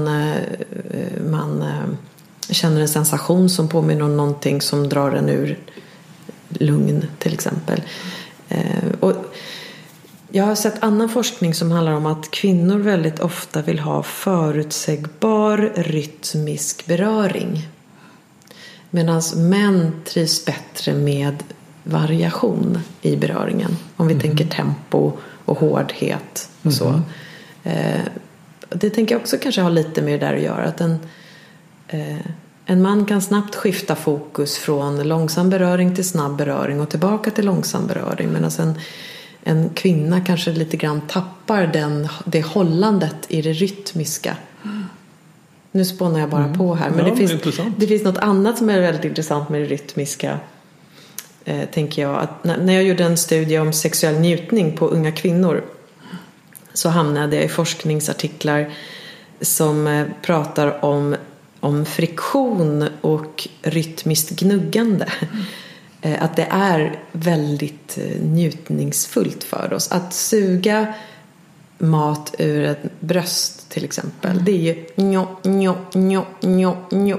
man känner en sensation som påminner om någonting som drar en ur lugn till exempel. Och jag har sett annan forskning som handlar om att kvinnor väldigt ofta vill ha förutsägbar rytmisk beröring. Medan män trivs bättre med variation i beröringen. Om vi mm. tänker tempo och hårdhet och så. Mm. Eh, det tänker jag också kanske har lite med det där att göra. Att en, eh, en man kan snabbt skifta fokus från långsam beröring till snabb beröring och tillbaka till långsam beröring. Medan en, en kvinna kanske lite grann tappar den, det hållandet i det rytmiska. Mm. Nu spånar jag bara mm. på här. Men, ja, det, finns, det finns något annat som är väldigt intressant med det rytmiska. Eh, tänker jag. Att när, när jag gjorde en studie om sexuell njutning på unga kvinnor. Så hamnade jag i forskningsartiklar som eh, pratar om, om friktion och rytmiskt gnuggande. Mm. Eh, att det är väldigt eh, njutningsfullt för oss. Att suga mat ur ett bröst till exempel. Mm. Det är ju njå, njå, njå, njå, njå.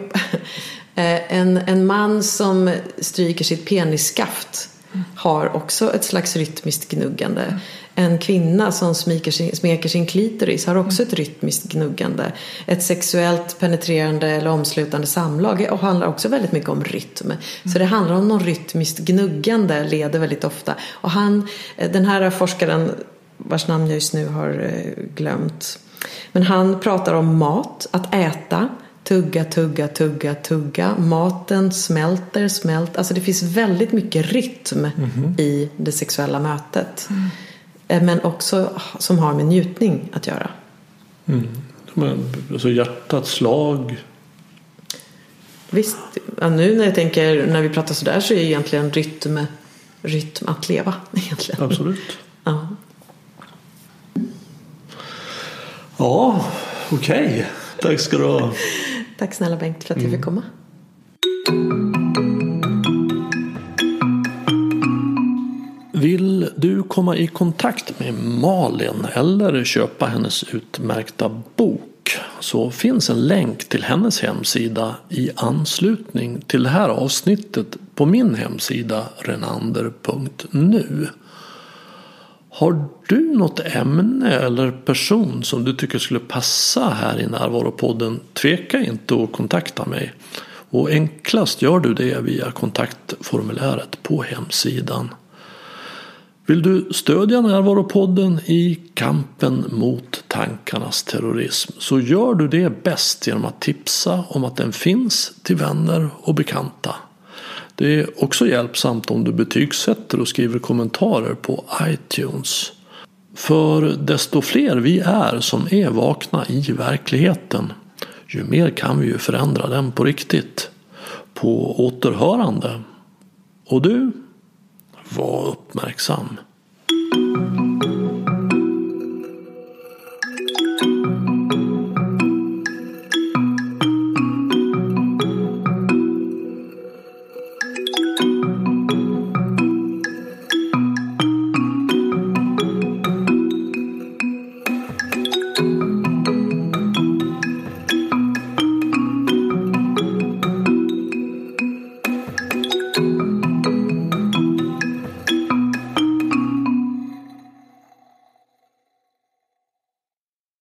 En, en man som stryker sitt penisskaft mm. har också ett slags rytmiskt gnuggande. Mm. En kvinna som smeker sin, smeker sin klitoris har också mm. ett rytmiskt gnuggande. Ett sexuellt penetrerande eller omslutande samlag och handlar också väldigt mycket om rytm. Mm. Så det handlar om någon rytmiskt gnuggande leder väldigt ofta. Och han, den här forskaren vars namn jag just nu har glömt. Men han pratar om mat, att äta, tugga, tugga, tugga, tugga. Maten smälter, smält. Alltså det finns väldigt mycket rytm mm-hmm. i det sexuella mötet. Mm. Men också som har med njutning att göra. Mm. Men, alltså hjärtats slag. Visst, ja, nu när jag tänker, när vi pratar sådär så är egentligen rytm, rytm att leva egentligen. Absolut. Ja. Ja, okej. Okay. Tack ska du ha. Tack snälla Bengt för att jag fick komma. Vill du komma i kontakt med Malin eller köpa hennes utmärkta bok så finns en länk till hennes hemsida i anslutning till det här avsnittet på min hemsida renander punkt nu. Har du något ämne eller person som du tycker skulle passa här i Närvaropodden, tveka inte att kontakta mig. Och enklast gör du det via kontaktformuläret på hemsidan. Vill du stödja Närvaropodden i kampen mot tankarnas terrorism så gör du det bäst genom att tipsa om att den finns till vänner och bekanta. Det är också hjälpsamt om du betygsätter och skriver kommentarer på iTunes. För desto fler vi är som är vakna i verkligheten, ju mer kan vi ju förändra den på riktigt. På återhörande. Och du, var uppmärksam.